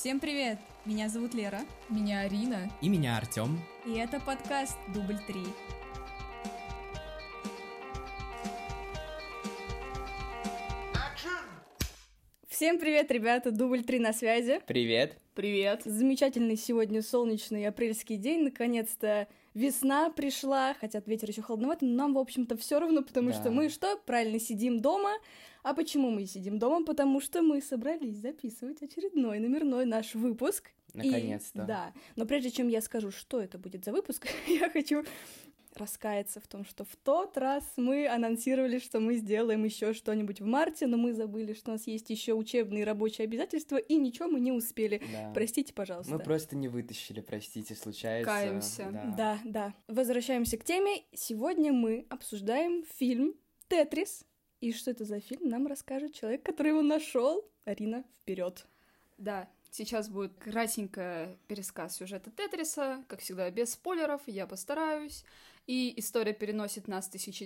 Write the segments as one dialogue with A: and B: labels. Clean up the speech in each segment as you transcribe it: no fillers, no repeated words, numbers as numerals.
A: Всем привет! Меня зовут Лера.
B: Меня Арина.
C: И меня Артём.
A: И это подкаст «Дубль 3». Всем привет, ребята! «Дубль 3» на связи.
C: Привет.
B: Привет.
A: Замечательный сегодня солнечный апрельский день. Наконец-то весна пришла, хотя ветер еще холодноватый, но нам, в общем-то, все равно, потому что мы что? Правильно, сидим дома. А почему мы сидим дома? Потому что мы собрались записывать очередной номерной наш выпуск.
C: Наконец-то.
A: Да, но прежде чем я скажу, что это будет за выпуск, я хочу раскаяться в том, что в тот раз мы анонсировали, что мы сделаем еще что-нибудь в марте, но мы забыли, что у нас есть еще учебные и рабочие обязательства, и ничего мы не успели. Да. Простите, пожалуйста.
C: Мы просто не вытащили, простите, случается.
B: Каемся.
A: Да. Возвращаемся к теме. Сегодня мы обсуждаем фильм «Тетрис». И что это за фильм, нам расскажет человек, который его нашел. Арина, вперед.
B: Да. Сейчас будет кратенько пересказ сюжета Тетриса, как всегда, без спойлеров, я постараюсь. И история переносит нас в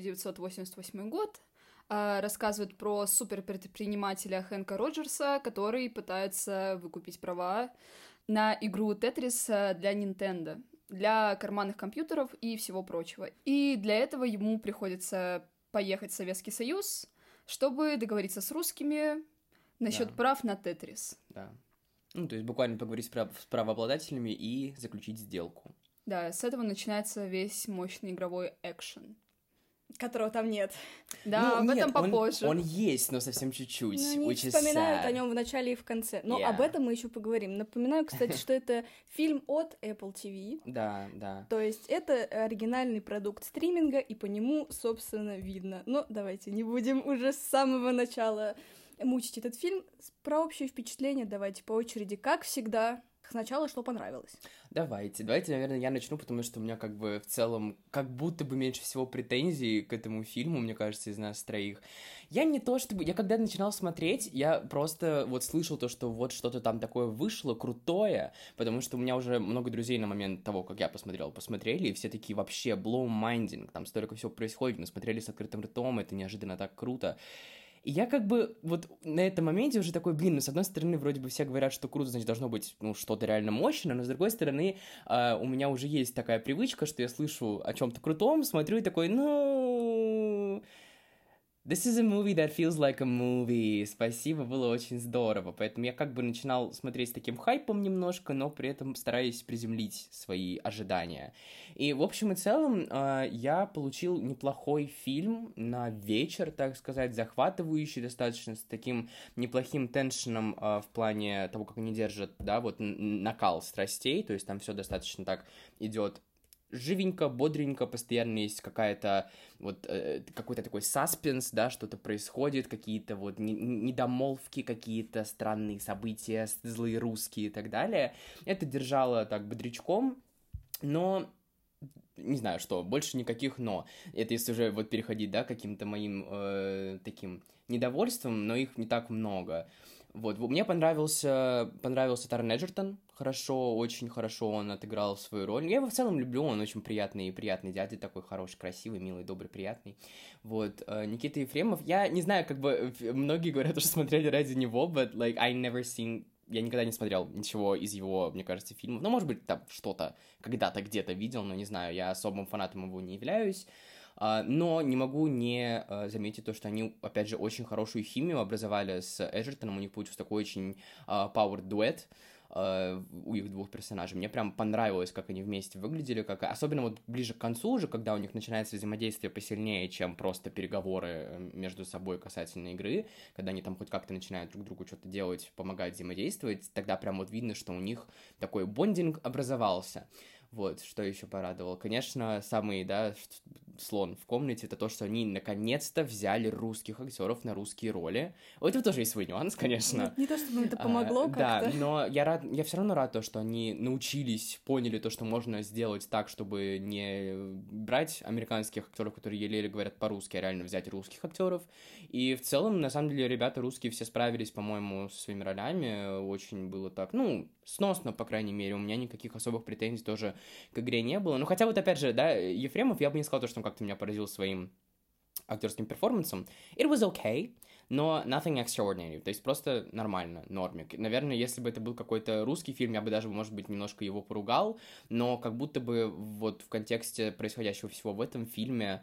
B: 1988 год, рассказывает про суперпредпринимателя Хэнка Роджерса, который пытается выкупить права на игру Тетрис для Nintendo, для карманных компьютеров и всего прочего. И для этого ему приходится поехать в Советский Союз, чтобы договориться с русскими насчет прав на Тетрис.
C: Да. Ну, то есть буквально поговорить с правообладателями и заключить сделку.
B: Да, с этого начинается весь мощный игровой экшен.
A: Которого там нет.
B: Да, об этом попозже.
C: Он есть, но совсем чуть-чуть.
A: Ну, они вспоминают о нем в начале и в конце. Но об этом мы еще поговорим. Напоминаю, кстати, что это фильм от Apple TV.
C: Да.
A: То есть это оригинальный продукт стриминга, и по нему, собственно, видно. Но давайте не будем уже с самого начала мучить этот фильм. Про общее впечатление давайте по очереди, как всегда. Сначала, что понравилось?
C: Давайте, наверное, я начну, потому что у меня как бы в целом как будто бы меньше всего претензий к этому фильму, мне кажется, из нас троих. Я когда начинал смотреть, я просто вот слышал то, что вот что-то там такое вышло крутое, потому что у меня уже много друзей на момент того, как я посмотрели, и все такие вообще blow-minding, там столько всего происходит, мы смотрели с открытым ртом, это неожиданно так круто. И я как бы вот на этом моменте уже такой, с одной стороны, вроде бы все говорят, что круто, значит, должно быть, что-то реально мощное, но с другой стороны, у меня уже есть такая привычка, что я слышу о чем-то крутом, смотрю и такой, This is a movie that feels like a movie. Спасибо, было очень здорово. Поэтому я как бы начинал смотреть с таким хайпом немножко, но при этом стараясь приземлить свои ожидания. И в общем и целом я получил неплохой фильм на вечер, так сказать, захватывающий достаточно, с таким неплохим теншеном в плане того, как они держат, да, вот накал страстей, то есть там все достаточно так идет живенько, бодренько, постоянно есть какая-то вот какой-то такой саспенс, да, что-то происходит, какие-то вот недомолвки, какие-то странные события, злые русские и так далее. Это держало так бодрячком, но не знаю, что, больше никаких «но». Это если уже вот переходить, да, к каким-то моим таким недовольством, но их не так много. Вот, мне понравился Таран Эджертон, очень хорошо он отыграл свою роль. Я его в целом люблю, он очень приятный дядя, такой хороший, красивый, милый, добрый, приятный. Вот, Никита Ефремов, я не знаю, как бы, многие говорят, что смотрели ради него, but, like, я никогда не смотрел ничего из его, мне кажется, фильмов. Ну, может быть, там что-то когда-то где-то видел, но не знаю, я особым фанатом его не являюсь. Но не могу не заметить то, что они, опять же, очень хорошую химию образовали с Эджертоном. У них получился такой очень power-дуэт у их двух персонажей. Мне прям понравилось, как они вместе выглядели, особенно вот ближе к концу уже, когда у них начинается взаимодействие посильнее, чем просто переговоры между собой касательно игры, когда они там хоть как-то начинают друг другу что-то делать, помогать взаимодействовать, тогда прям вот видно, что у них такой бондинг образовался. Вот, что еще порадовало. Конечно, самый, слон в комнате, это то, что они наконец-то взяли русских актеров на русские роли. У этого тоже есть свой нюанс, конечно.
A: Не то, чтобы это помогло как-то.
C: Да, но я все равно рад, что они научились, поняли то, что можно сделать так, чтобы не брать американских актеров, которые еле-еле говорят по-русски, а реально взять русских актеров. И в целом, на самом деле, ребята русские все справились, по-моему, со своими ролями. Очень было так, сносно, по крайней мере. У меня никаких особых претензий тоже к игре не было. Ну, хотя вот, опять же, Ефремов, я бы не сказал, что он как-то меня поразил своим актерским перформансом. It was okay. но nothing extraordinary, то есть просто нормально, нормик. Наверное, если бы это был какой-то русский фильм, я бы даже, может быть, немножко его поругал, но как будто бы вот в контексте происходящего всего в этом фильме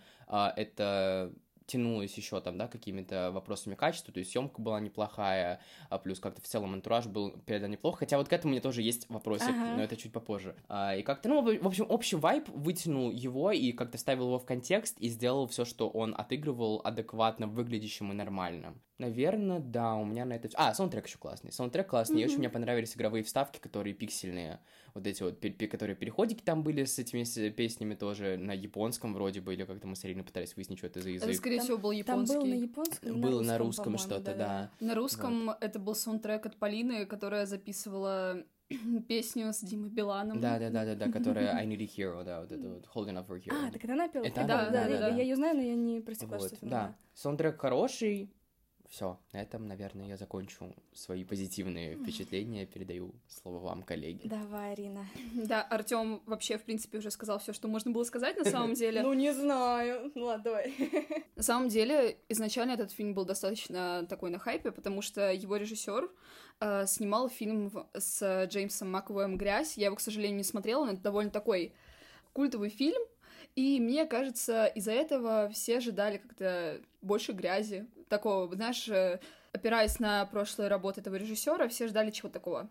C: это тянулось еще там, да, какими-то вопросами качества, то есть съемка была неплохая, плюс как-то в целом антураж был передан неплохо, хотя вот к этому у меня тоже есть вопросик, но это чуть попозже. И как-то, ну, в общем, общий вайб вытянул его и как-то ставил его в контекст и сделал все, что он отыгрывал, адекватно выглядящим и нормальным. Наверное, да, у меня на это... саундтрек еще классный. Саундтрек классный. И очень мне понравились игровые вставки, которые пиксельные. Вот эти вот, которые переходики там были с этими песнями тоже на японском вроде бы, или как-то мы с Ариной пытались выяснить, что это за язык.
B: Это, скорее всего, был японский.
A: Там был на японском,
C: было на русском что-то, да.
B: На русском это был саундтрек от Полины, которая записывала песню с Димой Биланом.
C: Да, которая I Need a Hero, да, вот это вот Holding Up for a Hero.
A: Так это она пела?
B: Да.
A: Я ее знаю, но я не просекла,
C: вот,
A: что это
C: да. Саундтрек хороший. Все, на этом, наверное, я закончу свои позитивные впечатления. Передаю слово вам, коллеги.
A: Давай, Арина.
B: Да, Артём вообще, в принципе, уже сказал все, что можно было сказать на самом деле.
A: Ну, не знаю. Ну, ладно, давай.
B: На самом деле, изначально этот фильм был достаточно такой на хайпе, потому что его режиссер снимал фильм с Джеймсом Макэвоем «Грязь». Я его, к сожалению, не смотрела, но это довольно такой культовый фильм. И мне кажется, из-за этого все ожидали как-то больше грязи. Такого, знаешь, опираясь на прошлые работы этого режиссера, все ждали чего-то такого.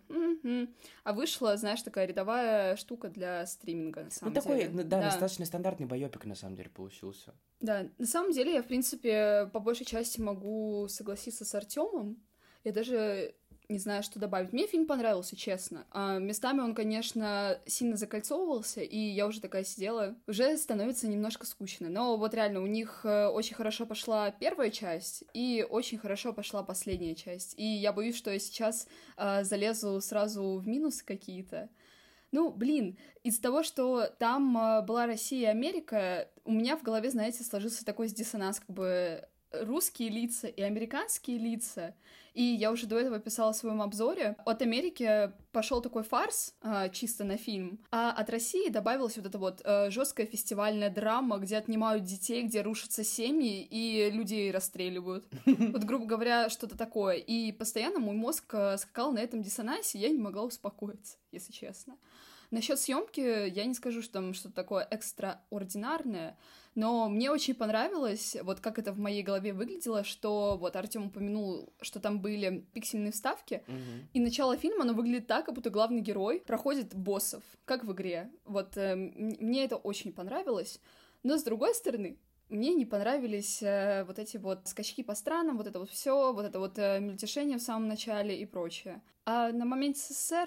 B: А вышла, знаешь, такая рядовая штука для стриминга, на самом деле.
C: Такой, да, достаточно стандартный байопик, на самом деле, получился.
B: Да, на самом деле я, в принципе, по большей части могу согласиться с Артёмом. Я даже не знаю, что добавить. Мне фильм понравился, честно. Местами он, конечно, сильно закольцовывался, и я уже такая сидела. Уже становится немножко скучно. Но вот реально, у них очень хорошо пошла первая часть, и очень хорошо пошла последняя часть. И я боюсь, что я сейчас залезу сразу в минусы какие-то. Ну, блин, из-за того, что там была Россия и Америка, у меня в голове, знаете, сложился такой диссонанс, как бы русские лица и американские лица. И я уже до этого писала в своем обзоре. От Америки пошел такой фарс чисто на фильм, а от России добавилась вот эта вот жесткая фестивальная драма, где отнимают детей, где рушатся семьи и людей расстреливают. Вот, грубо говоря, что-то такое. И постоянно мой мозг скакал на этом диссонансе, я не могла успокоиться, если честно. Насчет съемки я не скажу, что там что-то такое экстраординарное, но мне очень понравилось, вот как это в моей голове выглядело, что вот Артём упомянул, что там были пиксельные вставки, и начало фильма, оно выглядит так, как будто главный герой проходит боссов, как в игре. Вот мне это очень понравилось, но с другой стороны, мне не понравились вот эти вот скачки по странам, вот это вот все, вот это вот мельтешение в самом начале и прочее. А на моменте СССР,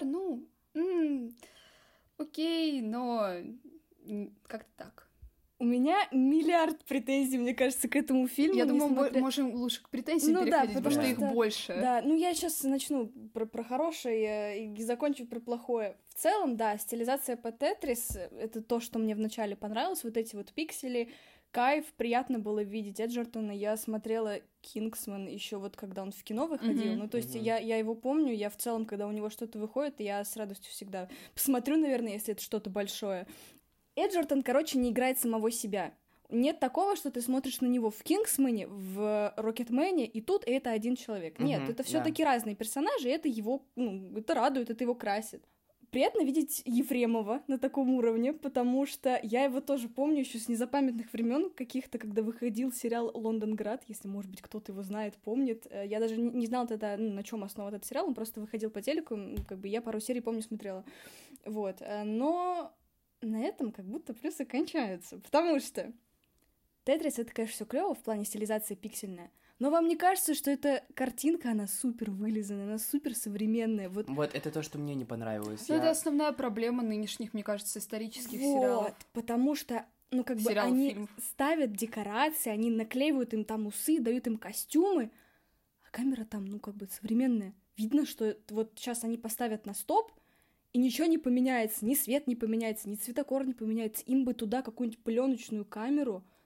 B: окей, но как-то так.
A: У меня миллиард претензий, мне кажется, к этому фильму.
B: Я думаю, мы можем лучше к претензиям переходить, потому что их больше.
A: Да, я сейчас начну про хорошее и закончу про плохое. В целом, да, стилизация по Тетрис — это то, что мне вначале понравилось, вот эти вот пиксели, кайф, приятно было видеть Эджертона. Я смотрела «Кингсман» еще вот когда он в кино выходил, то есть я его помню, я в целом, когда у него что-то выходит, я с радостью всегда посмотрю, наверное, если это что-то большое. Эджертон, не играет самого себя. Нет такого, что ты смотришь на него в «Кингсмане», в «Рокетмене», и тут это один человек. Нет, это все-таки разные персонажи, и это его, это радует, это его красит. Приятно видеть Ефремова на таком уровне, потому что я его тоже помню еще с незапамятных времен каких-то, когда выходил сериал «Лондонград», если, может быть, кто-то его знает, помнит. Я даже не знала тогда, на чем основан этот сериал, он просто выходил по телеку, я пару серий, помню, смотрела. Вот, но на этом как будто плюсы кончаются, потому что Тетрис — это, конечно, все клево в плане стилизации пиксельная, но вам не кажется, что эта картинка, она супер вылизанная, она супер современная? Вот
C: это то, что мне не понравилось.
B: Это основная проблема нынешних, мне кажется, исторических сериалов.
A: Потому что, они ставят декорации, они наклеивают им там усы, дают им костюмы, а камера там, современная. Видно, что вот сейчас они поставят на стоп, и ничего не поменяется, ни свет не поменяется, ни цветокор не поменяется. Им бы туда какую-нибудь пленочную камеру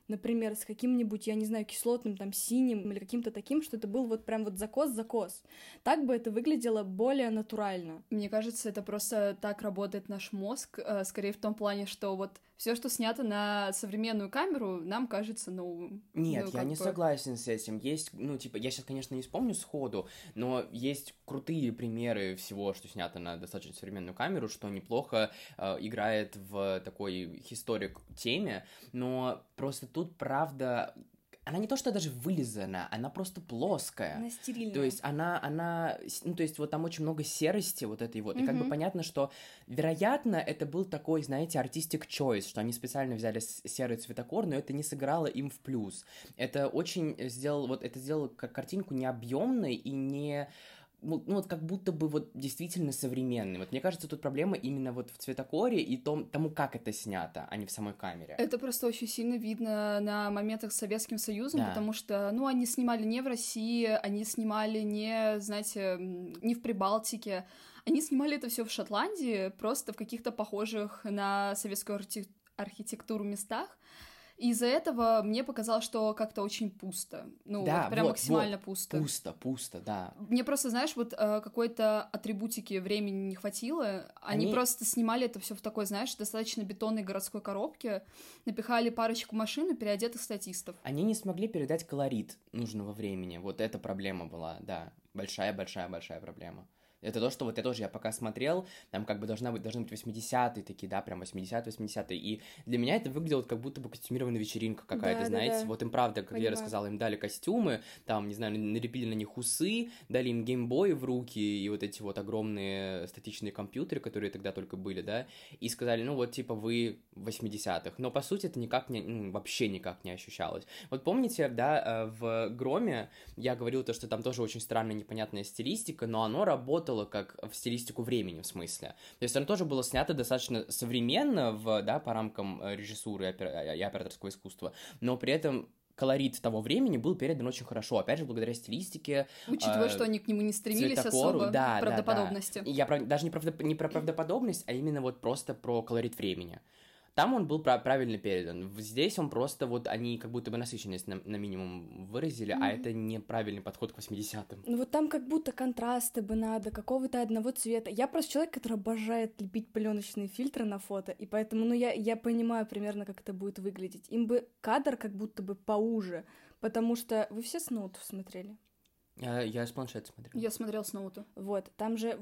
A: например, с каким-нибудь, я не знаю, кислотным, там, синим или каким-то таким, что это был вот прям вот закос. Так бы это выглядело более натурально.
B: Мне кажется, это просто так работает наш мозг, скорее в том плане, что вот все, что снято на современную камеру, нам кажется,
C: Нет, я не согласен с этим. Есть, я сейчас, конечно, не вспомню сходу, но есть крутые примеры всего, что снято на достаточно современную камеру, что неплохо играет в такой историк-теме, но просто тут, правда... Она не то, что даже вылизана, она просто плоская.
A: Она стерильная.
C: То есть то есть вот там очень много серости вот этой вот. И как бы понятно, что, вероятно, это был такой, знаете, artistic choice, что они специально взяли серый цветокор, но это не сыграло им в плюс. Это сделало картинку необъемной и не... вот как будто бы вот действительно современный. Вот мне кажется, тут проблема именно вот в цветокоре и тому, как это снято, а не в самой камере.
B: Это просто очень сильно видно на моментах с Советским Союзом,
C: да.
B: Потому что, они снимали не в России, они снимали не, знаете, не в Прибалтике, они снимали это все в Шотландии, просто в каких-то похожих на советскую архитектуру местах. И из-за этого мне показалось, что как-то очень пусто. Прям максимально пусто.
C: Пусто, да.
B: Мне просто, знаешь, какой-то атрибутики времени не хватило. Они просто снимали это все в такой, знаешь, достаточно бетонной городской коробке, напихали парочку машин и переодетых статистов.
C: Они не смогли передать колорит нужного времени. Вот эта проблема была, да. Большая проблема. Это то, что я пока смотрел, там как бы должны быть 80-е такие, да, прям 80-е, и для меня это выглядело как будто бы костюмированная вечеринка какая-то, знаете, вот им правда, как я рассказала, им дали костюмы, там, не знаю, налепили на них усы, дали им геймбои в руки и вот эти вот огромные статичные компьютеры, которые тогда только были, да, и сказали, вы в 80-х, но по сути это вообще никак не ощущалось. Вот помните, да, в «Громе» я говорил то, что там тоже очень странная, непонятная стилистика, но оно работало как в стилистику времени, в смысле. То есть оно тоже было снято достаточно современно по рамкам режиссуры и операторского искусства, но при этом колорит того времени был передан очень хорошо, опять же, благодаря стилистике.
B: Учитывая, что они к нему не стремились особо, правдоподобности.
C: Да. Я даже не про правдоподобность, а именно вот просто про колорит времени. Там он был правильно передан. Здесь он просто они как будто бы насыщенность на минимум выразили, а это неправильный подход к 80-м.
A: Там как будто контрасты бы надо, какого-то одного цвета. Я просто человек, который обожает лепить пленочные фильтры на фото, и поэтому, я понимаю примерно, как это будет выглядеть. Им бы кадр как будто бы поуже, потому что... Вы все с ноутов смотрели?
C: Я с планшета смотрел.
B: Я смотрел с ноута.
A: Вот, там же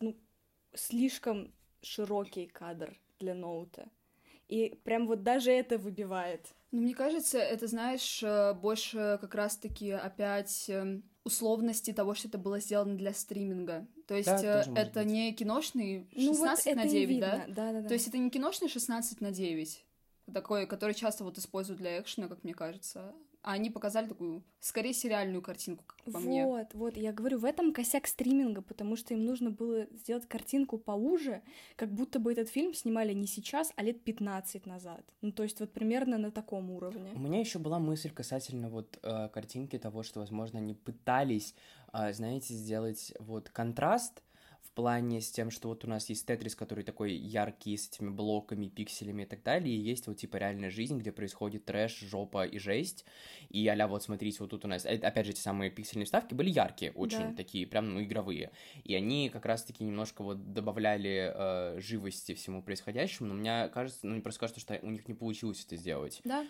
A: слишком широкий кадр для ноута. И прям даже это выбивает.
B: Мне кажется, это, знаешь, больше как раз-таки опять условности того, что это было сделано для стриминга. То есть это не киношный 16:9, да?
A: Да.
B: То есть это не киношный 16:9, такой, который часто используют для экшена, как мне кажется. А они показали такую, скорее, сериальную картинку, как по мне.
A: Вот, я говорю, в этом косяк стриминга, потому что им нужно было сделать картинку поуже, как будто бы этот фильм снимали не сейчас, а лет 15 назад. То есть примерно на таком уровне.
C: У меня еще была мысль касательно картинки того, что, возможно, они пытались, знаете, сделать контраст в плане с тем, что у нас есть Тетрис, который такой яркий, с этими блоками, пикселями и так далее, и есть реальная жизнь, где происходит трэш, жопа и жесть, и а-ля смотрите, тут у нас, опять же, эти самые пиксельные вставки были яркие, очень такие, прям, игровые, и они как раз-таки немножко добавляли живости всему происходящему, но мне кажется, мне просто кажется, что у них не получилось это сделать.
A: Да.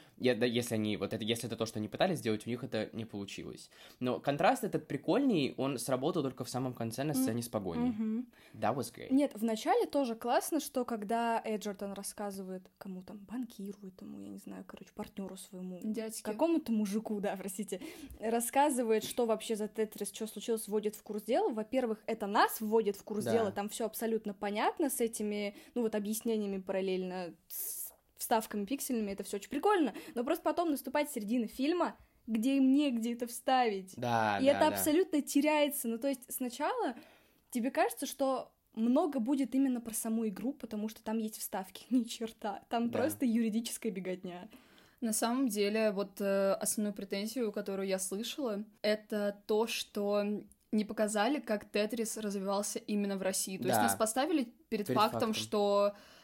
C: Если это то, что они пытались сделать, у них это не получилось. Но контраст этот прикольный, он сработал только в самом конце на сцене с погоней. That was great.
A: Нет, вначале тоже классно, что когда Эджертон рассказывает кому банкиру этому, я не знаю, партнеру своему,
B: дядьке,
A: какому-то мужику, рассказывает, что вообще за Тетрис, что случилось, вводит в курс дела. Во-первых, это нас вводит в курс дела, там все абсолютно понятно с этими, объяснениями параллельно с вставками пиксельными, это все очень прикольно, но просто потом наступает середина фильма, где им негде это вставить. И это абсолютно теряется. То есть сначала тебе кажется, что много будет именно про саму игру, потому что там есть вставки, ни черта. Там просто юридическая беготня.
B: На самом деле, основную претензию, которую я слышала, это то, что не показали, как Тетрис развивался именно в России. То есть нас поставили перед фактом, что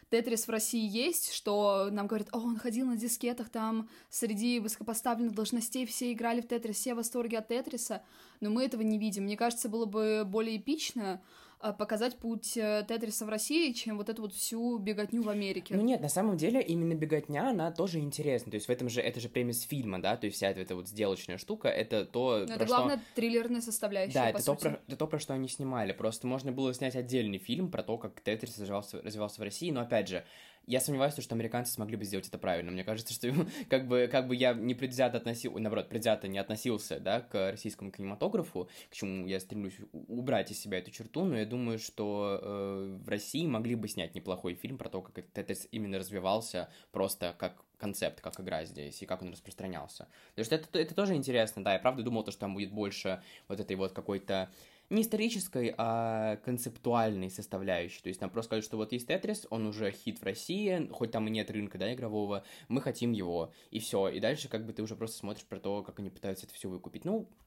B: Тетрис в России есть, что нам говорят, он ходил на дискетах, там среди высокопоставленных должностей все играли в Тетрис, все в восторге от Тетриса, но мы этого не видим. Мне кажется, было бы более эпично показать путь Тетриса в России, чем вот эту вот всю беготню в Америке.
C: Ну нет, на самом деле именно беготня, она тоже интересна, то есть в этом же, это же премис фильма, да, то есть вся эта вот сделочная штука, это то,
B: это главная триллерная составляющая,
C: да, это то, про что они снимали, просто можно было снять отдельный фильм про то, как Тетрис развивался в России, но опять же, я сомневаюсь, что американцы смогли бы сделать это правильно. Мне кажется, что как бы я не предвзято наоборот, предвзято не относился, да, к российскому кинематографу, к чему я стремлюсь убрать из себя эту черту, но я думаю, что в России могли бы снять неплохой фильм про то, как Тетрис именно развивался просто как концепт, как игра здесь, и как он распространялся. Потому что это тоже интересно, да, я правда думал, что там будет больше вот этой вот какой-то не исторической, а концептуальной составляющей. То есть нам просто сказать, что вот есть Тетрис, он уже хит в России, хоть там и нет рынка, да, игрового, мы хотим его, и все. И дальше как бы ты уже просто смотришь про то, как они пытаются это все выкупить.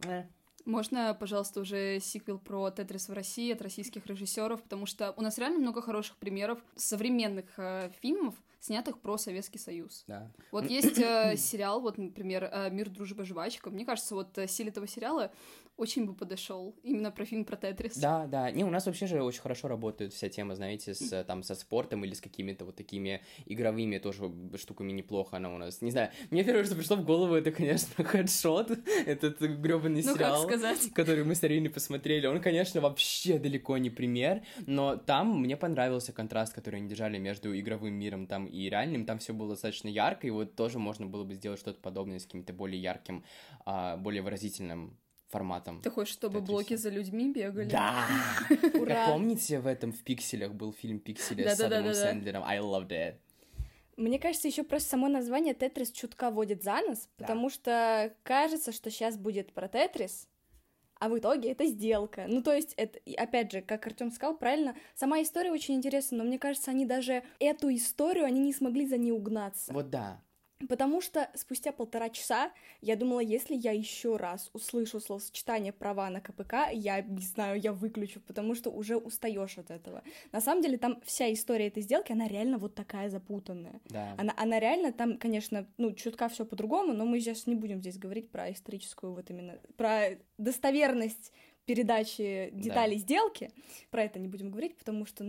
B: Можно, пожалуйста, уже сиквел про Тетрис в России от российских режиссеров, потому что у нас реально много хороших примеров современных фильмов, снятых про Советский Союз.
C: Да.
B: Вот есть сериал, вот, например, «Мир, дружба, жвачка». Мне кажется, вот стиль этого сериала очень бы подошел именно про фильм про Тетрис.
C: Да, да. Не, у нас вообще же очень хорошо работает вся тема, знаете, со спортом или с какими-то вот такими игровыми тоже штуками неплохо она у нас. Не знаю, мне первое, что пришло в голову, это, конечно, «Хэдшот», этот грёбаный сериал, который мы с Ариной посмотрели. Он, конечно, вообще далеко не пример, но там мне понравился контраст, который они держали между игровым миром там и реальным. Там все было достаточно ярко, и вот тоже можно было бы сделать что-то подобное с каким-то более ярким, более выразительным форматом.
B: Ты хочешь, чтобы блоки за людьми бегали?
C: Да!
A: Ура!
C: Как помните, в «Пикселях» был фильм «Пиксели» с Адамом Сэндлером? I loved it.
A: Мне кажется, еще просто само название «Тетрис» чутка водит за нос, потому что кажется, что сейчас будет про Тетрис, а в итоге это сделка. Ну, то есть, это, опять же, как Артём сказал, правильно, сама история очень интересна, но мне кажется, они даже эту историю, они не смогли за ней угнаться.
C: Вот да.
A: Потому что спустя 1,5 часа я думала, если я еще раз услышу словосочетание «права на КПК», я не знаю, я выключу, потому что уже устаешь от этого. На самом деле там вся история этой сделки, она реально вот такая запутанная.
C: Да.
A: Она реально там, конечно, чутка все по-другому, но мы сейчас не будем здесь говорить про историческую вот именно, про достоверность передачи деталей сделки, про это не будем говорить, потому что,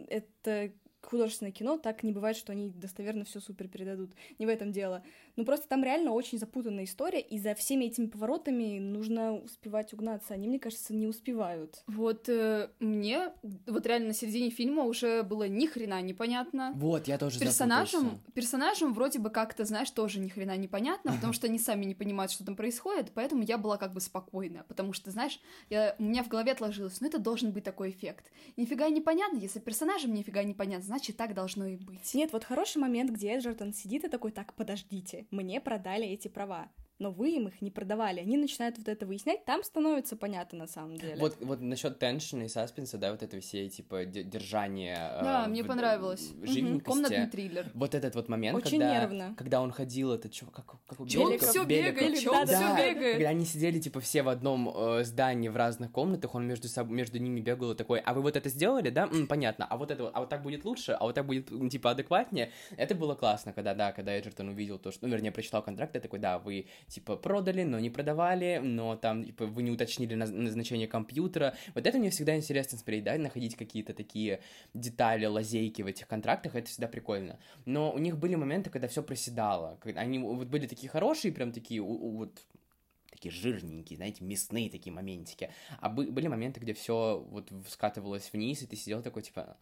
A: это художественное кино, так не бывает, что они достоверно все супер передадут. Не в этом дело. Просто там реально очень запутанная история, и за всеми этими поворотами нужно успевать угнаться. Они, мне кажется, не успевают.
B: Вот мне вот реально на середине фильма уже было ни хрена непонятно.
C: Вот, я тоже
B: Персонажам вроде бы как-то, знаешь, тоже ни хрена непонятно, потому что они сами не понимают, что там происходит, поэтому я была как бы спокойна, потому что, знаешь, у меня в голове отложилось, это должен быть такой эффект. Нифига непонятно, если персонажам нифига непонятно, значит, так должно и быть.
A: Нет, вот хороший момент, где Эджертон сидит и такой: так, подождите, мне продали эти права, но вы им их не продавали. Они начинают вот это выяснять, там становится понятно на самом деле.
C: Вот насчет теншена и саспенса, да, вот это все, типа, держание...
B: Да, мне понравилось.
C: Живенькости.
B: Комнатный триллер.
C: Вот этот вот момент,
A: очень нервно.
C: Когда он ходил, это что, как
B: все бегает, все бегает.
C: Когда они сидели, типа, все в одном здании, в разных комнатах, он между ними бегал и такой: а вы вот это сделали, да? Понятно. А вот это вот, а вот так будет лучше, а вот так будет, типа, адекватнее. Это было классно, когда Эджертон увидел то, что, вернее, прочитал контракт, я такой: да, вы типа продали, но не продавали, но там типа вы не уточнили назначение компьютера. Вот это мне всегда интересно смотреть, да, находить какие-то такие детали, лазейки в этих контрактах, это всегда прикольно. Но у них были моменты, когда все проседало, когда они вот были такие хорошие, прям такие вот такие жирненькие, знаете, мясные такие моментики, а были моменты, где все вот скатывалось вниз, и ты сидел такой, типа: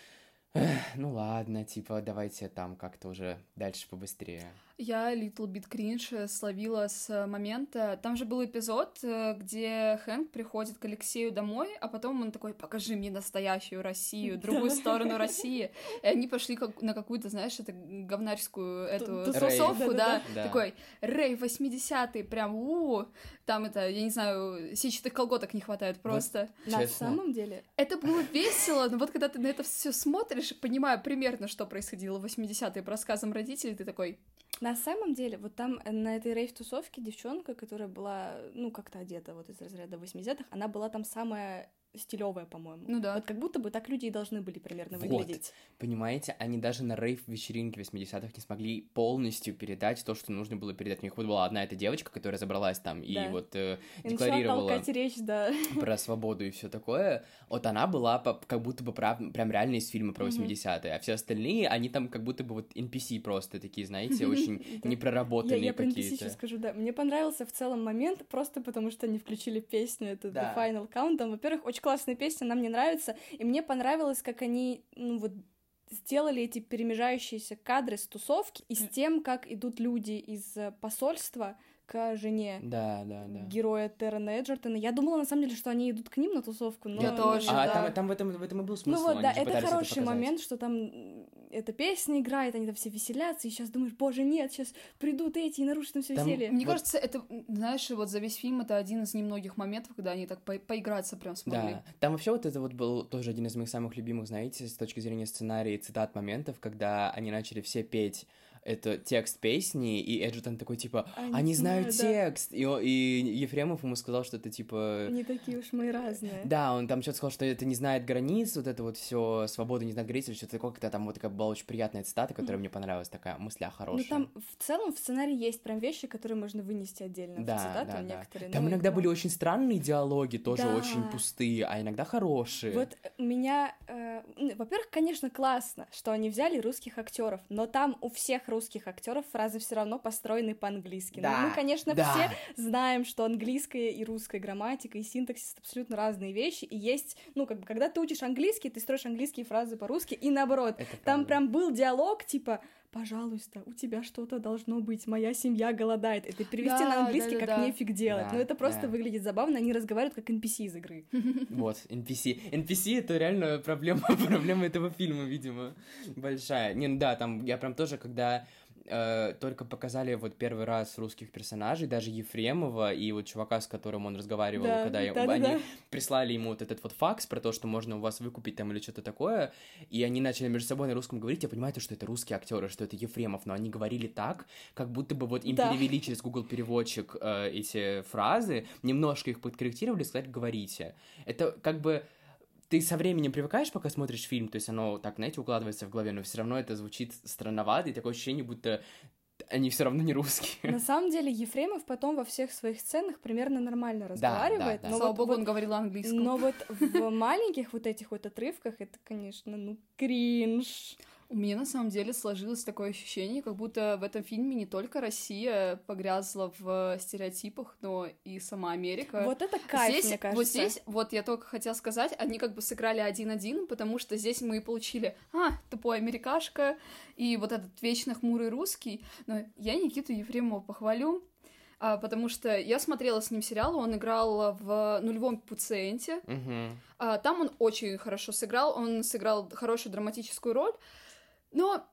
C: ну ладно, типа, давайте там как-то уже дальше побыстрее.
B: Я Little Bit Cringe словила с момента... Там же был эпизод, где Хэнк приходит к Алексею домой, а потом он такой: покажи мне настоящую Россию, другую сторону России. И они пошли на какую-то, знаешь, это говнарскую эту тусовку, да. Такой: рейв 80-е, прям, там это, я не знаю, сетчатых колготок не хватает просто.
A: На самом деле?
B: Это было весело, но вот когда ты на это все смотришь, понимая примерно, что происходило в 80-е по рассказам родителей, ты такой...
A: На самом деле, вот там на этой рейв-тусовке девчонка, которая была, как-то одета вот из разряда 80-х, она была там самая стилёвая, по-моему.
B: Ну да.
A: Вот как будто бы так люди и должны были примерно
C: Вот.
A: выглядеть.
C: Понимаете, они даже на рейв-вечеринке 80-х не смогли полностью передать то, что нужно было передать. У них вот была одна эта девочка, которая забралась там и
A: Да.
C: вот
A: И начала
C: декларировала
A: толкать речь, да.
C: про свободу и все такое. Вот она была как будто бы прям реально из фильма про 80-е, а все остальные, они там как будто бы вот NPC просто такие, знаете, очень непроработанные
A: Я про NPC
C: какие-то.
A: сейчас скажу, да. Мне понравился в целом момент, просто потому что они включили песню, это
C: Да.
A: The Final Countdown. Во-первых, очень классная песня, она мне нравится, и мне понравилось, как они, сделали эти перемежающиеся кадры с тусовки и с тем, как идут люди из посольства к жене
C: Да.
A: героя Террена Эджертона. Я думала, на самом деле, что они идут к ним на тусовку, но...
B: Я тоже,
C: А
B: да.
C: там в этом и был смысл.
A: Ну вот, да,
C: они же
A: это
C: пытались
A: хороший
C: показать.
A: момент, что там эта песня играет, они там все веселятся, и сейчас думаешь, боже, нет, сейчас придут эти и нарушат там все
C: Там-
A: веселье.
B: Мне кажется, это, знаешь, вот за весь фильм это один из немногих моментов, когда они так поиграться прям смогли.
C: Да, там вообще вот это вот был тоже один из моих самых любимых, знаете, с точки зрения сценария и цитат моментов, когда они начали все петь это текст песни, и Эджертон такой, типа, они знают текст, и Ефремов ему сказал, что это, типа...
A: Не такие уж мы и разные.
C: Да, он там что-то сказал, что это не знает границ, вот это вот все свобода не знает границ, или что-то такое, когда там вот такая была очень приятная цитата, которая мне понравилась, такая мысля хорошая.
A: Ну, там в целом в сценарии есть прям вещи, которые можно вынести отдельно в цитаты, некоторые.
C: Там иногда были очень странные диалоги, тоже
A: Да.
C: очень пустые, а иногда хорошие.
A: Вот меня... во-первых, конечно, классно, что они взяли русских актеров, но там у всех русских актеров фразы все равно построены по-английски.
C: Да,
A: Ну, мы, конечно,
C: да.
A: все знаем, что английская и русская грамматика и синтаксис — это абсолютно разные вещи, и есть, когда ты учишь английский, ты строишь английские фразы по-русски, и наоборот.
C: Это
A: Там
C: правда.
A: прям был диалог, типа... Пожалуйста, у тебя что-то должно быть, моя семья голодает. Это перевести
B: Да,
A: на английский
B: да,
A: как
B: да.
A: нефиг делать.
C: Да,
A: Но это просто
C: да.
A: выглядит забавно, они разговаривают как NPC из игры.
C: Вот, NPC. NPC — это реально проблема этого фильма, видимо, большая. Не, ну да, там я прям тоже, когда только показали вот первый раз русских персонажей, даже Ефремова и вот чувака, с которым он разговаривал,
A: Да,
C: когда они прислали ему вот этот вот факс про то, что можно у вас выкупить там или что-то такое, и они начали между собой на русском говорить, я понимаю, что это русские актеры, что это Ефремов, но они говорили так, как будто бы вот им перевели через Google переводчик эти фразы, немножко их подкорректировали, сказать «говорите». Это как бы... Ты со временем привыкаешь, пока смотришь фильм, то есть оно так, знаете, укладывается в голове, но все равно это звучит странновато, и такое ощущение, будто они все равно не русские.
A: На самом деле Ефремов потом во всех своих сценах примерно нормально разговаривает.
C: да.
A: Но
B: Слава богу, он говорил на английском.
A: Но вот в маленьких вот этих вот отрывках это, конечно, кринж.
B: У меня на самом деле сложилось такое ощущение, как будто в этом фильме не только Россия погрязла в стереотипах, но и сама Америка.
A: Вот это кайф,
B: здесь,
A: мне кажется.
B: Вот здесь, вот я только хотела сказать, они как бы сыграли 1-1, потому что здесь мы получили, тупой америкашка и вот этот вечно хмурый русский. Но я Никиту Ефремова похвалю, потому что я смотрела с ним сериал, он играл в «Нулевом пациенте». Там он очень хорошо сыграл, он сыграл хорошую драматическую роль, но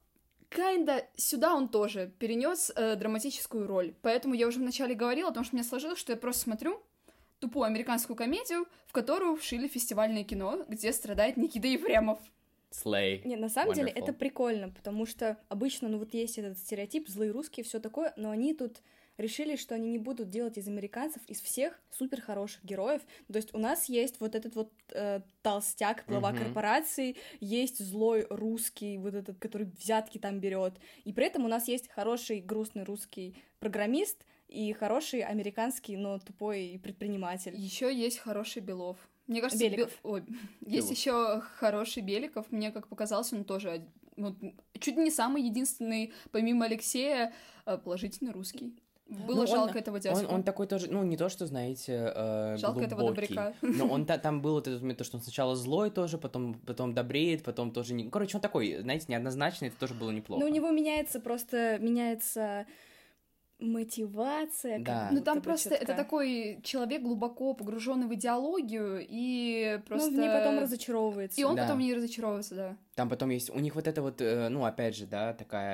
B: сюда он тоже перенес драматическую роль. Поэтому я уже вначале говорила о том, что мне сложилось, что я просто смотрю тупую американскую комедию, в которую вшили фестивальное кино, где страдает Никита Ефремов.
C: Slay.
A: Не, на самом деле
C: Wonderful.
A: это прикольно, потому что обычно, вот есть этот стереотип, злые русские, все такое, но они тут решили, что они не будут делать из американцев, из всех супер хороших героев. То есть у нас есть вот этот вот толстяк, глава корпорации, есть злой русский, вот этот, который взятки там берет, и при этом у нас есть хороший грустный русский программист и хороший американский, но тупой предприниматель.
B: Еще есть хороший Белов. Мне кажется,
A: Беликов.
B: Есть еще хороший Беликов. Мне как показалось, он тоже чуть не самый единственный, помимо Алексея, положительный русский. Было жалко этого дядьку.
C: Он такой тоже, не то, что, знаете,
B: жалко
C: глубокий,
B: этого добряка.
C: но он там был вот этот момент, то, что он сначала злой тоже, потом добреет, потом тоже не... Короче, он такой, знаете, неоднозначный, это тоже было неплохо.
A: Но у него меняется мотивация.
C: Да.
B: Ну там просто это такой человек глубоко погруженный в идеологию и просто...
A: Ну, в ней потом разочаровывается.
B: И он потом не разочаровывается, да.
C: Там потом есть, у них вот это вот, опять же, да, такая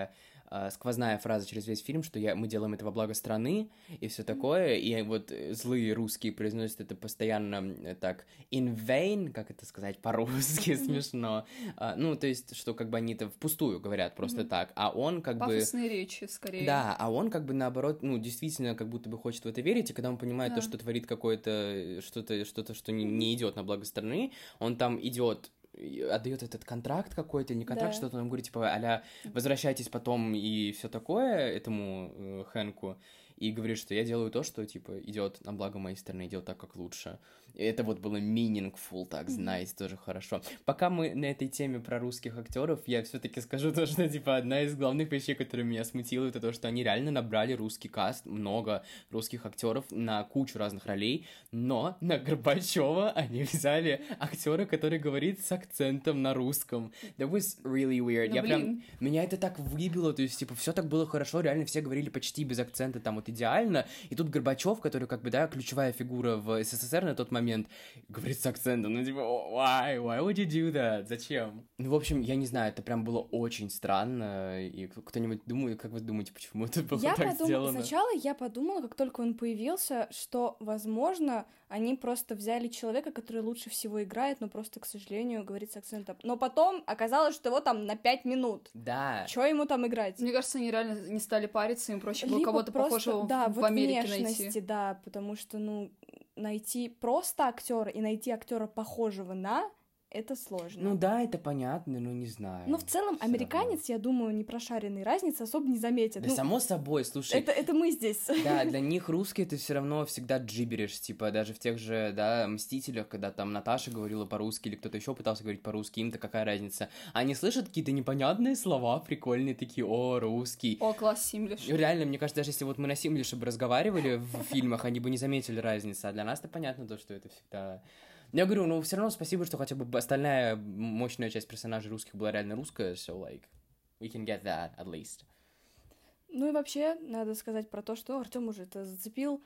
C: сквозная фраза через весь фильм, что мы делаем это во благо страны и все такое, и вот злые русские произносят это постоянно так in vain, как это сказать по-русски, смешно. Ну, то есть, что как бы они это впустую говорят просто так, а он как бы...
B: Пафосные речи, скорее.
C: Да, а он как бы наоборот, ну, действительно, как будто бы хочет в это верить, и когда он понимает то, что творит какое-то что-то, что не идет на благо страны, он там идет, отдает этот контракт какой-то, не контракт, что-то он говорит, типа, а-ля, возвращайтесь потом и все такое этому Хэнку, и говорит, что я делаю то, что, типа, идет на благо моей страны, идет так, как лучше. И это вот было meaningful, так, nice, тоже хорошо. Пока мы на этой теме про русских актеров, я все-таки скажу то, что, типа, одна из главных вещей, которая меня смутила, это то, что они реально набрали русский каст, много русских актеров на кучу разных ролей, но на Горбачева они взяли актера, который говорит с акцентом на русском. That was really weird. Меня это так выбило, то есть, типа, все так было хорошо, реально все говорили почти без акцента, там вот идеально, и тут Горбачев, который, как бы, да, ключевая фигура в СССР на тот момент, говорит с акцентом, ну, типа, why would you do that? Зачем? Ну, в общем, я не знаю, это прям было очень странно, и кто-нибудь думает, как вы думаете, почему это было так сделано?
A: Сначала я подумала, как только он появился, что, возможно, они просто взяли человека, который лучше всего играет, но просто, к сожалению, говорит с акцентом. Но потом оказалось, что его там на 5 минут.
C: Да.
A: Чё ему там играть?
B: Мне кажется, они реально не стали париться, им проще было кого-то похожего в Америке найти.
A: Да, потому что, ну, найти просто актера и найти актера похожего на это сложно.
C: Ну да, это понятно, но не знаю.
A: Но в целом американец, я думаю, не прошаренный, разницы особо не заметит.
C: Да, само собой, слушай.
A: Это мы здесь.
C: Да, для них русский это все равно всегда джиберишь, типа даже в тех же, да, Мстителях, когда там Наташа говорила по-русски или кто-то еще пытался говорить по-русски, им-то какая разница? Они слышат какие-то непонятные слова, прикольные такие, о, русский.
B: О, класс, симлиш.
C: Реально, мне кажется, даже если вот мы на симлише бы разговаривали в фильмах, они бы не заметили разницы, а для нас-то понятно то, что это всегда... Я говорю, ну, все равно спасибо, что хотя бы остальная мощная часть персонажей русских была реально русская, so, like, we can get that, at least.
A: Ну и вообще, надо сказать про то, что Артём уже это зацепил.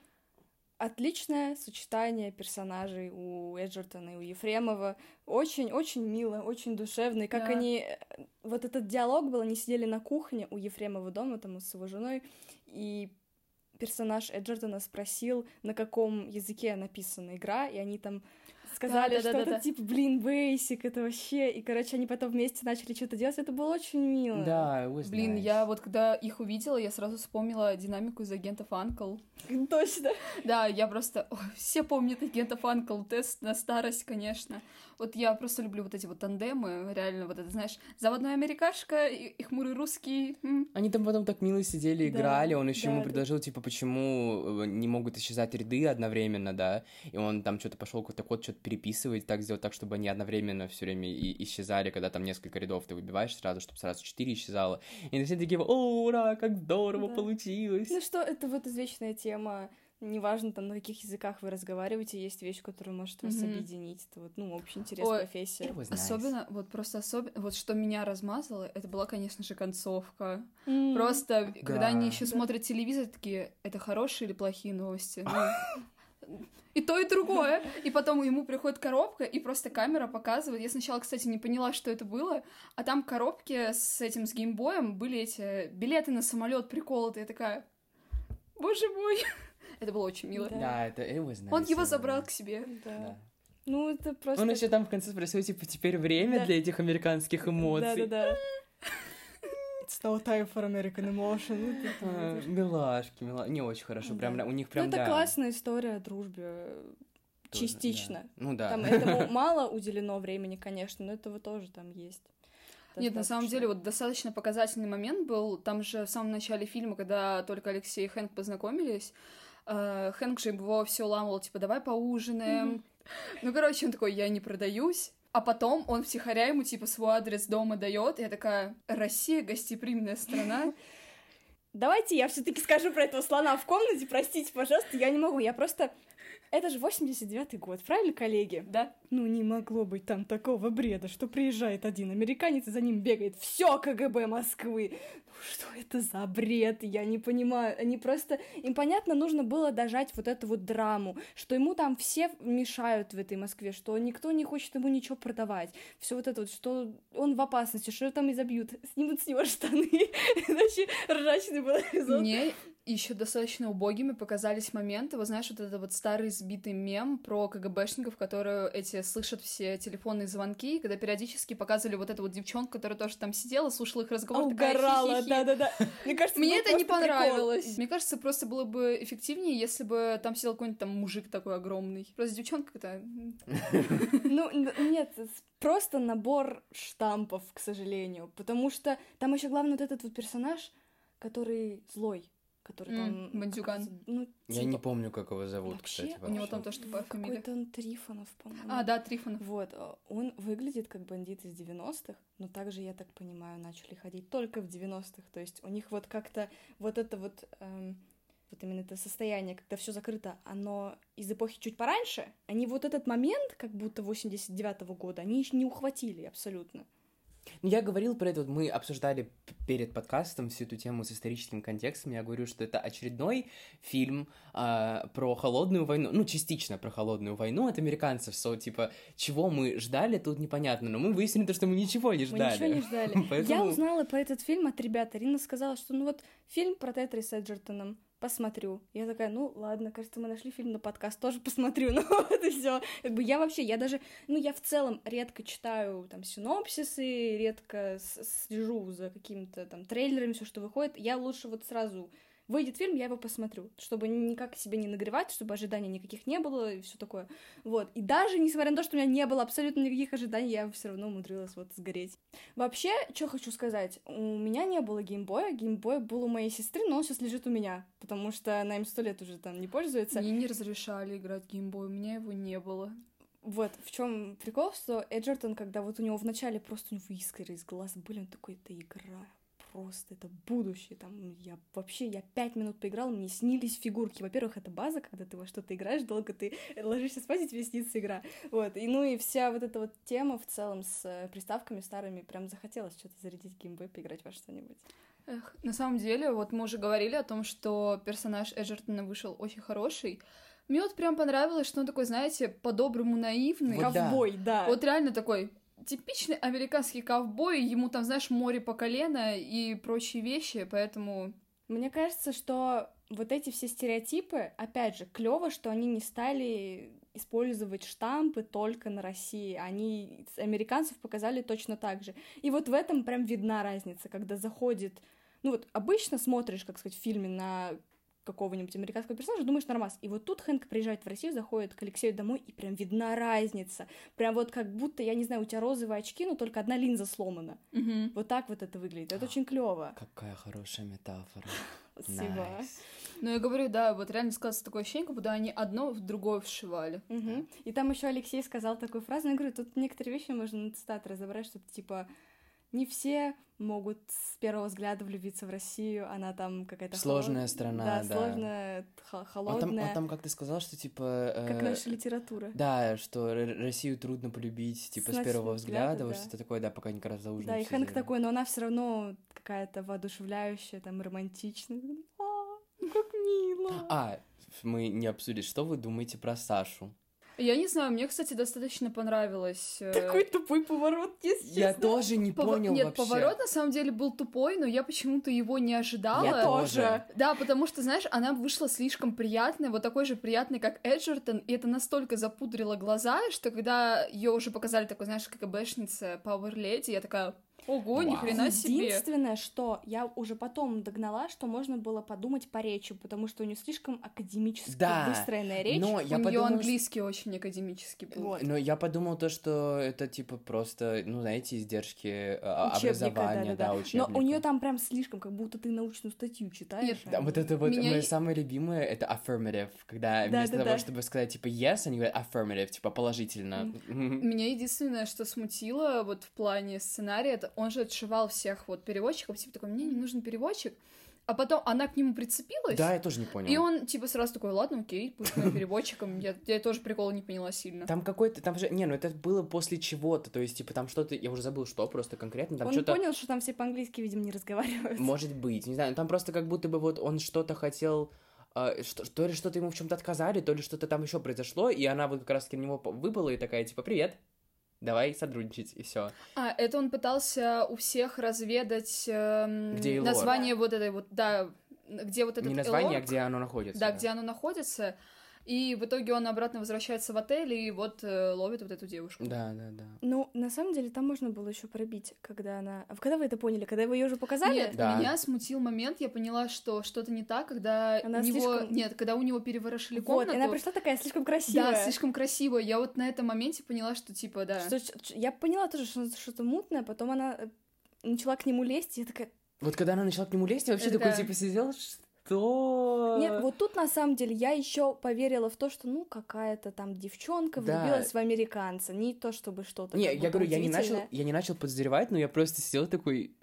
A: Отличное сочетание персонажей у Эджертона и у Ефремова. Очень-очень мило, очень душевно. И как они... Вот этот диалог был, они сидели на кухне у Ефремова дома, там, с его женой, и персонаж Эджертона спросил, на каком языке написана игра, и они там сказали, что это типа, блин, бейсик, это вообще... И, короче, они потом вместе начали что-то делать, это было очень мило.
C: Да,
B: блин, я вот когда их увидела, я сразу вспомнила динамику из агентов Анкл.
A: Точно.
B: Да, я просто... все помнят агентов Анкл, тест на старость, конечно. Вот я просто люблю вот эти вот тандемы, реально, вот это, знаешь, заводной америкашка и хмурый русский.
C: Они там потом так мило сидели, играли, он еще ему предложил, типа, почему не могут исчезать ряды одновременно, да, и он там что-то пошел какой-то код что-то переписывать, так сделать так, чтобы они одновременно все время исчезали, когда там несколько рядов ты выбиваешь сразу, чтобы сразу 4 исчезало. И все такие, о, ура, как здорово получилось.
A: Ну что, это вот извечная тема. Неважно, там, на каких языках вы разговариваете, есть вещь, которая может вас объединить. Это вот, ну, очень интересная профессия.
B: Особенно, вот просто особенно, вот что меня размазало, это была, конечно же, концовка. Просто, когда они еще смотрят телевизор, такие, это хорошие или плохие новости? И то, и другое. И потом ему приходит коробка, и просто камера показывает. Я сначала, кстати, не поняла, что это было, а там в коробке с этим, с геймбоем были эти билеты на самолет приколоты. Я такая, боже мой. Это было очень мило.
C: Да, это nice.
B: Он его забрал к себе.
A: Да. Ну, это просто...
C: Он еще там в конце спросил, типа, теперь время для этих американских эмоций.
A: Да. It's no time for American emotion.
C: Милашки, не очень хорошо. Прям у них прям,
A: ну, это классная история о дружбе. Тоже, частично.
C: Да. Ну да.
A: Там этому мало уделено времени, конечно, но этого тоже там есть.
B: Нет, на самом деле, вот достаточно показательный момент был. Там же в самом начале фильма, когда только Алексей и Хэнк познакомились, Хэнк же его все ламывал, типа, давай поужинаем. Ну, короче, он такой, я не продаюсь. А потом он втихаря ему, типа, свой адрес дома дает. И я такая, Россия — гостеприимная страна.
A: Давайте я все-таки скажу про этого слона в комнате. Простите, пожалуйста, я не могу. Я просто... Это же 89-й год, правильно, коллеги?
B: Да.
A: Ну, не могло быть там такого бреда, что приезжает один американец, и за ним бегает все КГБ Москвы. Ну, что это за бред? Я не понимаю. Они просто... Им, понятно, нужно было дожать вот эту вот драму, что ему там все мешают в этой Москве, что никто не хочет ему ничего продавать. Все вот это вот, что он в опасности, что его там изобьют, снимут с него штаны. Это вообще ржачный был эпизод.
B: Мне еще достаточно убогими показались моменты. Вот знаешь, вот этот вот старый сбитый мем про КГБшников, которые эти слышат все телефонные звонки, когда периодически показывали вот эту вот девчонку, которая тоже там сидела, слушала их разговор, такая
A: Угорала,
B: хи-хи-хи.
A: да-да-да. Мне кажется,
B: Мне
A: был
B: это не
A: просто
B: понравилось.
A: прикол.
B: Мне кажется, просто было бы эффективнее, если бы там сидел какой-нибудь там мужик такой огромный. Просто девчонка какая-то...
A: Ну, нет, просто набор штампов, к сожалению, потому что там еще главный вот этот вот персонаж, который злой, который там...
B: Бандюган.
A: Ну,
C: Я не помню, как его зовут,
A: Вообще,
C: кстати.
B: У него
C: вообще.
B: там тоже тупая фамилия.
A: какой-то он Трифонов, по-моему.
B: А, да, Трифонов.
A: Вот, он выглядит как бандит из 90-х, но также, я так понимаю, начали ходить только в 90-х, то есть у них вот как-то вот это вот, вот именно это состояние, когда все закрыто, оно из эпохи чуть пораньше, они вот этот момент, как будто 89-го года, они еще не ухватили абсолютно.
C: Ну, я говорил про это, вот мы обсуждали перед подкастом всю эту тему с историческим контекстом. Я говорю, что это очередной фильм про холодную войну, ну, частично про холодную войну от американцев. Типа, чего мы ждали, тут непонятно. Но мы выяснили то, что мы ничего не ждали.
A: Мы ничего не ждали.
C: Поэтому...
A: Я узнала про этот фильм от ребят. Арина сказала, что ну вот фильм про Тетри с Эджертоном. Посмотрю. Я такая, ну ладно, кажется, мы нашли фильм на подкаст, тоже посмотрю. Ну вот и все. Как бы я даже, ну я в целом редко читаю там синопсисы, редко слежу за какими-то там трейлерами, все, что выходит. Я лучше вот сразу выйдет фильм, я его посмотрю, чтобы никак себя не нагревать, чтобы ожиданий никаких не было и все такое. Вот. И даже несмотря на то, что у меня не было абсолютно никаких ожиданий, я все равно умудрилась вот сгореть. Вообще, что хочу сказать, у меня не было геймбой был у моей сестры, но он сейчас лежит у меня, потому что она им 100 лет уже там не пользуется.
B: Мне не разрешали играть в геймбой, у меня его не было.
A: Вот, в чем прикол, что Эджертон, когда вот у него вначале просто у него искры из глаз были, он такой, это игра, просто это будущее, там, я 5 минут поиграла, мне снились фигурки. Во-первых, это база, когда ты во что-то играешь, долго ты ложишься спать, и тебе снится игра. Вот, и ну и вся вот эта вот тема в целом с приставками старыми, прям захотелось что-то зарядить в геймбой, поиграть во что-нибудь.
B: Эх, на самом деле, вот мы уже говорили о том, что персонаж Эджертона вышел очень хороший. Мне вот прям понравилось, что он такой, знаете, по-доброму наивный.
C: Вот
A: ковбой, да.
B: Вот реально такой типичный американский ковбой, ему там, знаешь, море по колено и прочие вещи, поэтому...
A: Мне кажется, что вот эти все стереотипы, опять же, клево, что они не стали использовать штампы только на России, они американцев показали точно так же. И вот в этом прям видна разница, когда заходит... Ну вот обычно смотришь, как сказать, в фильме на какого-нибудь американского персонажа, думаешь, нормас. И вот тут Хэнк приезжает в Россию, заходит к Алексею домой, и прям видна разница. Прям вот как будто, я не знаю, у тебя розовые очки, но только одна линза сломана.
B: Угу.
A: Вот так вот это выглядит. Это очень клево.
C: Какая хорошая метафора.
A: Спасибо.
C: Nice.
B: Ну, я говорю, да, вот реально складывается такое ощущение, как будто они одно в другое вшивали.
A: Угу. И там еще Алексей сказал такую фразу, я говорю, тут некоторые вещи можно на цитаты разобрать, что типа не все могут с первого взгляда влюбиться в Россию, она там какая-то...
C: Сложная страна,
A: да. Сложная, холодная.
C: Он там как-то сказал, что типа...
A: Как наша литература.
C: Да, что Россию трудно полюбить, типа, с первого взгляда, вот
A: да.
C: что-то такое, да, пока не как раз за ужином.
A: Да, и Хэнк такой, но она все равно какая-то воодушевляющая, там, романтичная. Как мило.
C: Мы не обсудили, что вы думаете про Сашу?
B: Я не знаю, мне, кстати, достаточно понравилось.
A: Такой тупой поворот, если честно.
C: Я тоже не понял
B: Нет,
C: вообще.
B: поворот на самом деле был тупой, но я почему-то его не ожидала.
C: Я тоже.
B: Да, потому что, знаешь, она вышла слишком приятной, вот такой же приятной, как Эджертон, и это настолько запудрило глаза, что когда ее уже показали такой, знаешь, КГБшница, Power Lady, я такая... Ого, ни хрена себе.
A: Единственное, что я уже потом догнала, что можно было подумать по речи, потому что у нее слишком академически выстроенная речь.
C: Но
B: у нее английский очень академический был.
A: Вот.
C: Но я подумал то, что это типа просто, ну, знаете, издержки образования, да, учебника.
A: Но у нее там прям слишком, как будто ты научную статью читаешь.
B: Нет,
C: да, вот это вот мое самое любимое, это affirmative, когда вместо того, чтобы сказать, типа, yes, они говорят affirmative, типа, положительно.
B: Меня единственное, что смутило вот в плане сценария, это он же отшивал всех вот переводчиков, типа такой, мне не нужен переводчик, а потом она к нему прицепилась.
C: Да, я тоже не понял.
B: И он, типа, сразу такой, ладно, окей, будь моим переводчиком. Я тоже прикола не поняла сильно.
C: Там какой-то, там же, не, ну это было после чего-то, то есть, типа, там что-то, я уже забыл, что просто конкретно, там
A: он
C: что-то...
A: понял, что там все по-английски, видимо, не разговаривают.
C: Может быть, не знаю, там просто как будто бы вот он что-то хотел... то ли что-то ему в чем-то отказали, то ли что-то там еще произошло, и она вот как раз-таки на него выпала и такая, типа, привет, давай сотрудничать, и все.
B: Это он пытался у всех разведать название вот этой вот, да, где вот этот
C: Не название,
B: Элорк,
C: а где оно находится.
B: Да, где оно находится, и в итоге он обратно возвращается в отель и вот ловит вот эту девушку.
C: Да.
A: Ну, на самом деле, там можно было еще пробить, когда она... Когда вы это поняли? Когда вы ее уже показали?
B: Нет,
C: Да.
B: меня смутил момент, я поняла, что что-то не так, когда
A: Она
B: у него...
A: слишком-
B: Нет, когда у него переворошили
A: Вот,
B: комнату.
A: и она пришла такая слишком красивая.
B: Да, слишком красивая. Я вот на этом моменте поняла, что типа, да.
A: Я поняла тоже, что что-то мутное, потом она начала к нему лезть, и я такая...
C: Вот когда она начала к нему лезть, я вообще
B: Это
C: такой,
B: да.
C: типа, сидел, что...
A: Нет, вот тут на самом деле я еще поверила в то, что, ну, какая-то там девчонка
C: Да.
A: влюбилась в американца, не то чтобы что-то
C: Не,
A: как
C: я
A: будто
C: говорю, я
A: удивительное.
C: не начал подозревать, но я просто сидел такой,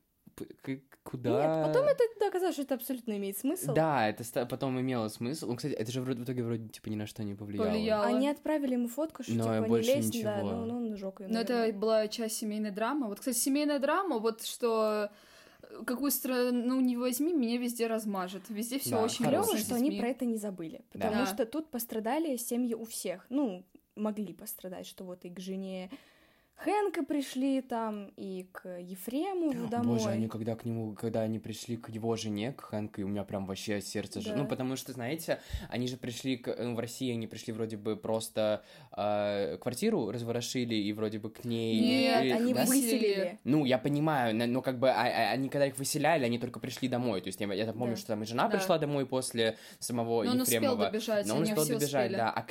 C: куда...
A: Нет, потом это оказалось, что это абсолютно имеет смысл.
C: Да, это потом имело смысл. Ну, кстати, это же в итоге вроде, типа, ни на что не повлияло.
B: Повлияло.
A: Они отправили ему фотку, что
C: Но
A: типа не
C: больше
A: лезь,
C: ничего.
A: да, ну он сжёг её,
B: Но это
A: наверное.
B: была часть семейной драмы. Вот, кстати, семейная драма, вот что какую страну не возьми, меня везде размажет. Везде все
C: Да,
B: очень
A: Клёво,
B: грустно с
A: что они
B: детьми.
A: про это не забыли, потому
B: Да.
A: что тут пострадали семьи у всех, ну, могли пострадать, что вот и к жене Хэнка пришли там, и к Ефремову домой.
C: Боже, они когда они пришли к его жене, к Хэнку, и у меня прям вообще сердце
A: Да.
C: Ну, потому что, знаете, они же пришли, в России они пришли вроде бы просто квартиру разворошили, и вроде бы к ней...
B: Нет,
C: или-
A: Они
C: да?
A: выселили.
C: Ну, я понимаю, но как бы они, когда их выселяли, они только пришли домой. То есть я так помню,
A: Да.
C: что там и жена
B: Да.
C: пришла домой после самого
B: Но он успел
C: Ефремова.
B: добежать,
C: Но он
B: они
C: успел
B: все
C: добежать,
B: успели.
C: да.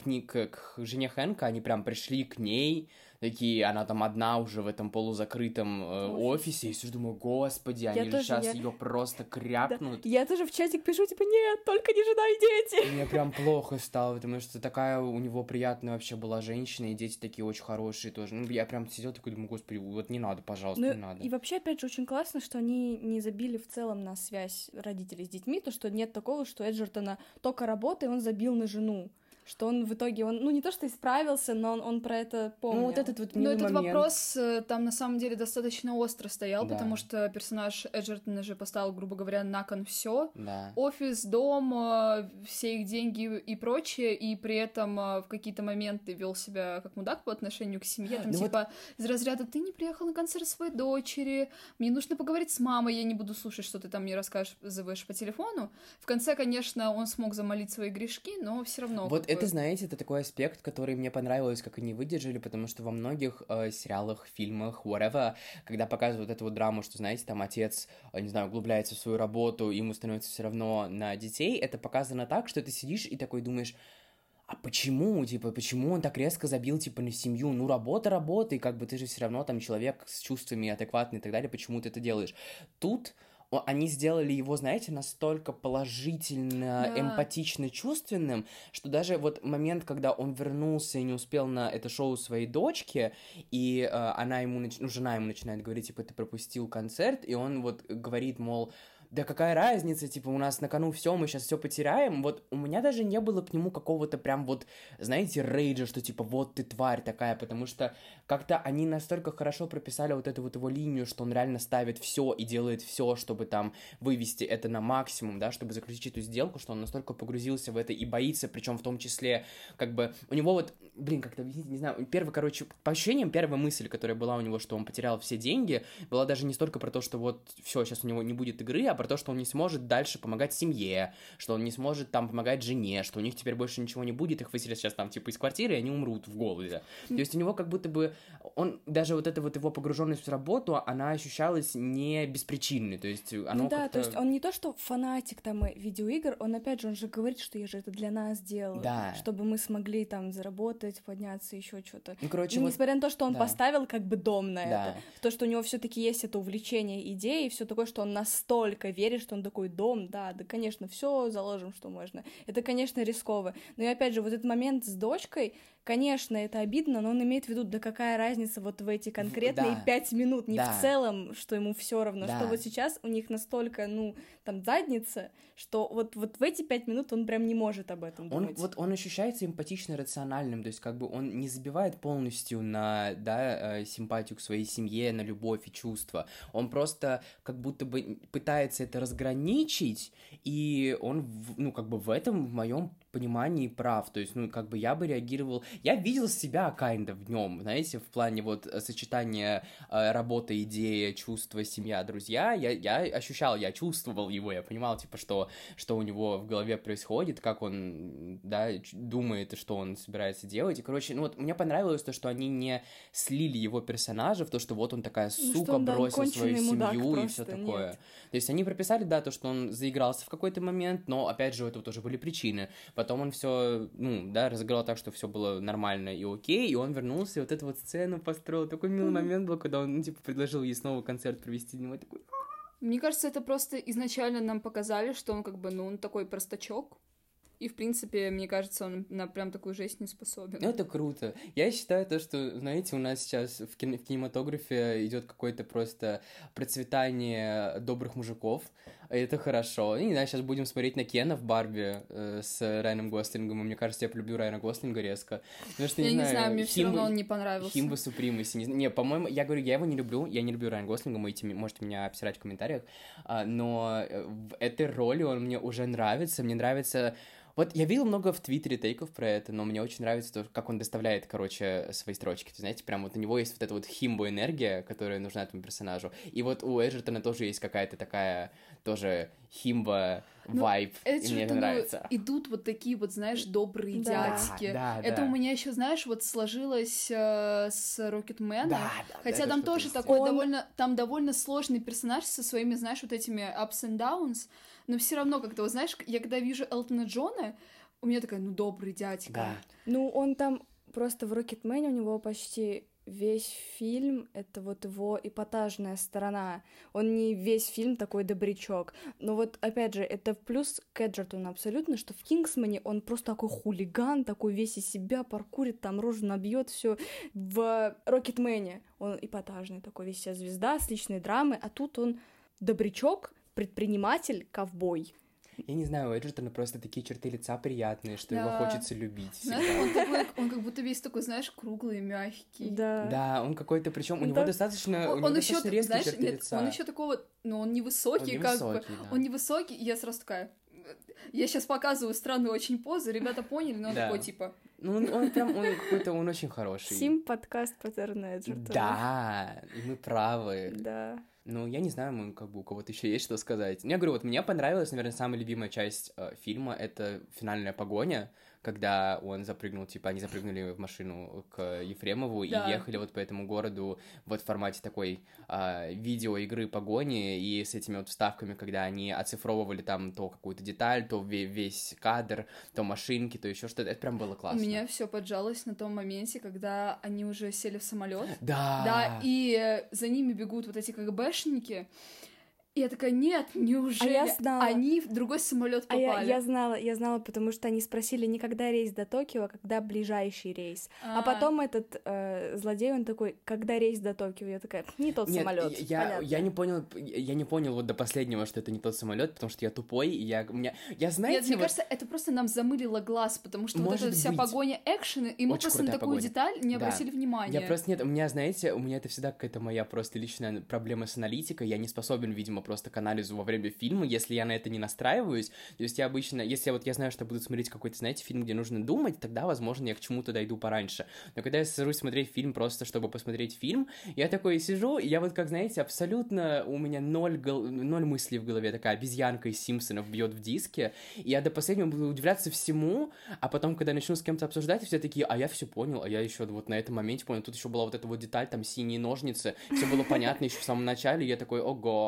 C: К жене Хэнка они прям пришли к ней, такие, она там одна уже в этом полузакрытом офисе, и все думаю, господи, они же
A: тоже,
C: сейчас
A: я-
C: ее просто
A: Да.
C: крякнут.
A: Я тоже в чатик пишу, типа, нет, только не жена и дети.
C: И мне прям плохо стало, потому что такая у него приятная вообще была женщина, и дети такие очень хорошие тоже. Ну, я прям сидел такой, думаю, господи, вот не надо, пожалуйста,
A: Ну,
C: не надо.
A: и вообще, опять же, очень классно, что они не забили в целом на связь родителей с детьми, то, что нет такого, что Эджертона только работа, и он забил на жену. Что он в итоге, ну, не то, что исправился, но он про это помнил.
C: Ну, вот этот вот
B: Но
C: милый
B: этот
C: момент.
B: вопрос там на самом деле достаточно остро стоял,
C: Да.
B: потому что персонаж Эджертона же поставил, грубо говоря, на кон все.
C: Да.
B: Офис, дом, все их деньги и прочее, и при этом в какие-то моменты вел себя как мудак по отношению к семье, там
C: Ну вот-
B: типа из разряда «ты не приехал на концерт своей дочери, мне нужно поговорить с мамой, я не буду слушать, что ты там мне рассказываешь по телефону». В конце, конечно, он смог замолить свои грешки, но все равно.
C: Вот
B: как
C: это,
B: бы,
C: знаете, это такой аспект, который мне понравилось, как они выдержали, потому что во многих сериалах, фильмах, whatever, когда показывают эту вот драму, что, знаете, там отец, не знаю, углубляется в свою работу, ему становится все равно на детей, это показано так, что ты сидишь и такой думаешь, а почему, типа, почему он так резко забил, типа, на семью? Ну, работа, и как бы ты же все равно там человек с чувствами, адекватный и так далее, почему ты это делаешь? Тут они сделали его, знаете, настолько положительно,
B: Да.
C: эмпатично чувственным, что даже вот момент, когда он вернулся и не успел на это шоу своей дочки, и она ему, жена ему начинает говорить, типа, ты пропустил концерт, и он вот говорит, мол, да какая разница, типа, у нас на кону все, мы сейчас все потеряем. Вот у меня даже не было к нему какого-то прям вот, знаете, рейджа, что типа, вот ты тварь такая, потому что как-то они настолько хорошо прописали вот эту вот его линию, что он реально ставит все и делает все, чтобы там вывести это на максимум, да, чтобы заключить эту сделку, что он настолько погрузился в это и боится, причем в том числе, как бы, у него вот, как-то объяснить, не знаю, по ощущениям, первая мысль, которая была у него, что он потерял все деньги, была даже не столько про то, что вот все, сейчас у него не будет игры, а про то, что он не сможет дальше помогать семье, что он не сможет там помогать жене, что у них теперь больше ничего не будет, их выселят сейчас там типа из квартиры, и они умрут в голоде. То есть у него как будто бы, он, даже вот эта вот его погруженность в работу, она ощущалась не беспричинной, то есть оно
A: Ну да,
C: как-то...
A: то есть он не то, что фанатик там видеоигр, он опять же, он же говорит, что я же это для нас делаю,
C: Да.
A: чтобы мы смогли там заработать, подняться, еще что-то.
C: Ну, короче,
A: И
C: вот...
A: несмотря на то, что он
C: да.
A: поставил как бы дом на
C: Да.
A: это, то, что у него все-таки есть это увлечение идеей, все такое, что он настолько веришь, что он такой дом, да, конечно, все заложим, что можно. Это, конечно, рисково. Но и опять же, вот этот момент с дочкой, конечно, это обидно, но он имеет в виду, да какая разница вот в эти конкретные 5 минут, не в целом, что ему все равно, что вот сейчас у них настолько, там, задница, что вот в эти 5 минут он прям не может об этом думать.
C: Он ощущается эмпатично рациональным, то есть как бы он не забивает полностью на, симпатию к своей семье, на любовь и чувства. Он просто как будто бы пытается это разграничить, и он, в этом, в моем понимании прав, то есть, я бы реагировал, я видел себя в нем, знаете, в плане вот сочетания работа, идея, чувства, семья, друзья, я ощущал, я чувствовал его, я понимал, типа, что у него в голове происходит, как он, думает, и что он собирается делать, и, короче, мне понравилось то, что они не слили его персонажа в то, что вот он такая сука, бросил свою семью и все такое. Нет. То есть они прописали, то, что он заигрался в какой-то момент, но, опять же, у этого тоже были причины. Потом он все, разыграл так, что все было нормально и окей, и он вернулся, и вот эту вот сцену построил. Такой милый момент был, когда он, предложил ей снова концерт провести. Такой...
B: Мне кажется, это просто изначально нам показали, что он он такой простачок. И, в принципе, мне кажется, он на прям такую жесть не способен.
C: Это круто. Я считаю то, что, знаете, у нас сейчас в кинематографе идет какое-то просто процветание добрых мужиков. Это хорошо. И, не знаю, сейчас будем смотреть на Кена в Барби с Райаном Гослингом. И мне кажется, я полюблю Райана Гослинга резко. Потому что,
B: я не знаю, мне все равно он не понравился.
C: Химба Супримаси. Не, по-моему, я говорю, я его не люблю. Я не люблю Райана Гослинга, можете меня обсирать в комментариях. Но в этой роли он мне уже нравится. Мне нравится... Вот я видел много в Твиттере тейков про это, но мне очень нравится то, как он доставляет, свои строчки. Ты знаете, прям вот у него есть вот эта вот химбо-энергия, которая нужна этому персонажу. И вот у Эджертона тоже есть какая-то такая тоже химба-вайб, и мне это нравится.
B: Идут вот такие вот, знаешь, добрые дядьки. Это у меня еще, знаешь, вот сложилось с Рокетменом. Хотя там тоже такой довольно сложный персонаж со своими, знаешь, вот этими ups and downs. Но все равно как-то, вот знаешь, я когда вижу Элтона Джона, у меня такая, добрый дядька.
A: Да. Он там просто в Рокетмене, у него почти весь фильм — это вот его эпатажная сторона. Он не весь фильм такой добрячок. Но вот, опять же, это плюс к Эджертону абсолютно, что в Кингсмане он просто такой хулиган, такой весь из себя, паркурит, там рожу набьет, все. В Рокетмене он эпатажный, такой весь себя звезда с личной драмой, а тут он добрячок, предприниматель, ковбой.
C: Я не знаю, у Эджертона просто такие черты лица приятные, что его хочется любить.
B: Знаешь, он как будто весь такой, знаешь, круглый, мягкий.
C: Да, он какой-то, причем у него достаточно резкие черты лица.
B: Он еще такого, он невысокий, он невысокий, и я сразу такая... Я сейчас показываю странную очень позу, ребята поняли, но он такой, типа...
C: Он очень хороший.
A: Сим-подкаст Паттерна Эджертона.
C: Да, мы правы.
A: Да.
C: Я не знаю, у кого-то еще есть что сказать. Я говорю, вот мне понравилась, наверное, самая любимая часть фильма — это финальная погоня, когда он запрыгнул, они запрыгнули в машину к Ефремову и ехали вот по этому городу вот в формате такой видеоигры погони, и с этими вот вставками, когда они оцифровывали там то какую-то деталь, то весь кадр, то машинки, то еще что-то. Это прям было классно.
B: У меня все поджалось на том моменте, когда они уже сели в самолет.
C: Да,
B: и за ними бегут вот эти КГБшники. И я такая, нет, неужели они в другой самолет попали?
A: Я знала, потому что они спросили не когда рейс до Токио, а когда ближайший рейс. А потом этот злодей, он такой, когда рейс до Токио? Я такая, не тот самолет.
C: Я не понял вот до последнего, что это не тот самолет, потому что я тупой, и знаете...
B: Мне кажется, это просто нам замылило глаз, потому что вот эта вся погоня экшена, и мы просто на такую деталь не обратили внимания.
C: Я просто, у меня это всегда какая-то моя просто личная проблема с аналитикой, я не способен, видимо, просто к анализу во время фильма, если я на это не настраиваюсь. То есть я обычно, если я знаю, что буду смотреть какой-то, знаете, фильм, где нужно думать, тогда, возможно, я к чему-то дойду пораньше. Но когда я сажусь смотреть фильм просто, чтобы посмотреть фильм, я такой сижу, и я вот, как, знаете, абсолютно у меня ноль мыслей в голове, такая обезьянка из Симпсонов бьет в диске, и я до последнего буду удивляться всему, а потом, когда начну с кем-то обсуждать, все такие, а я все понял, а я еще вот на этом моменте понял, тут еще была вот эта вот деталь, там синие ножницы, все было понятно еще в самом начале, и я такой, ого,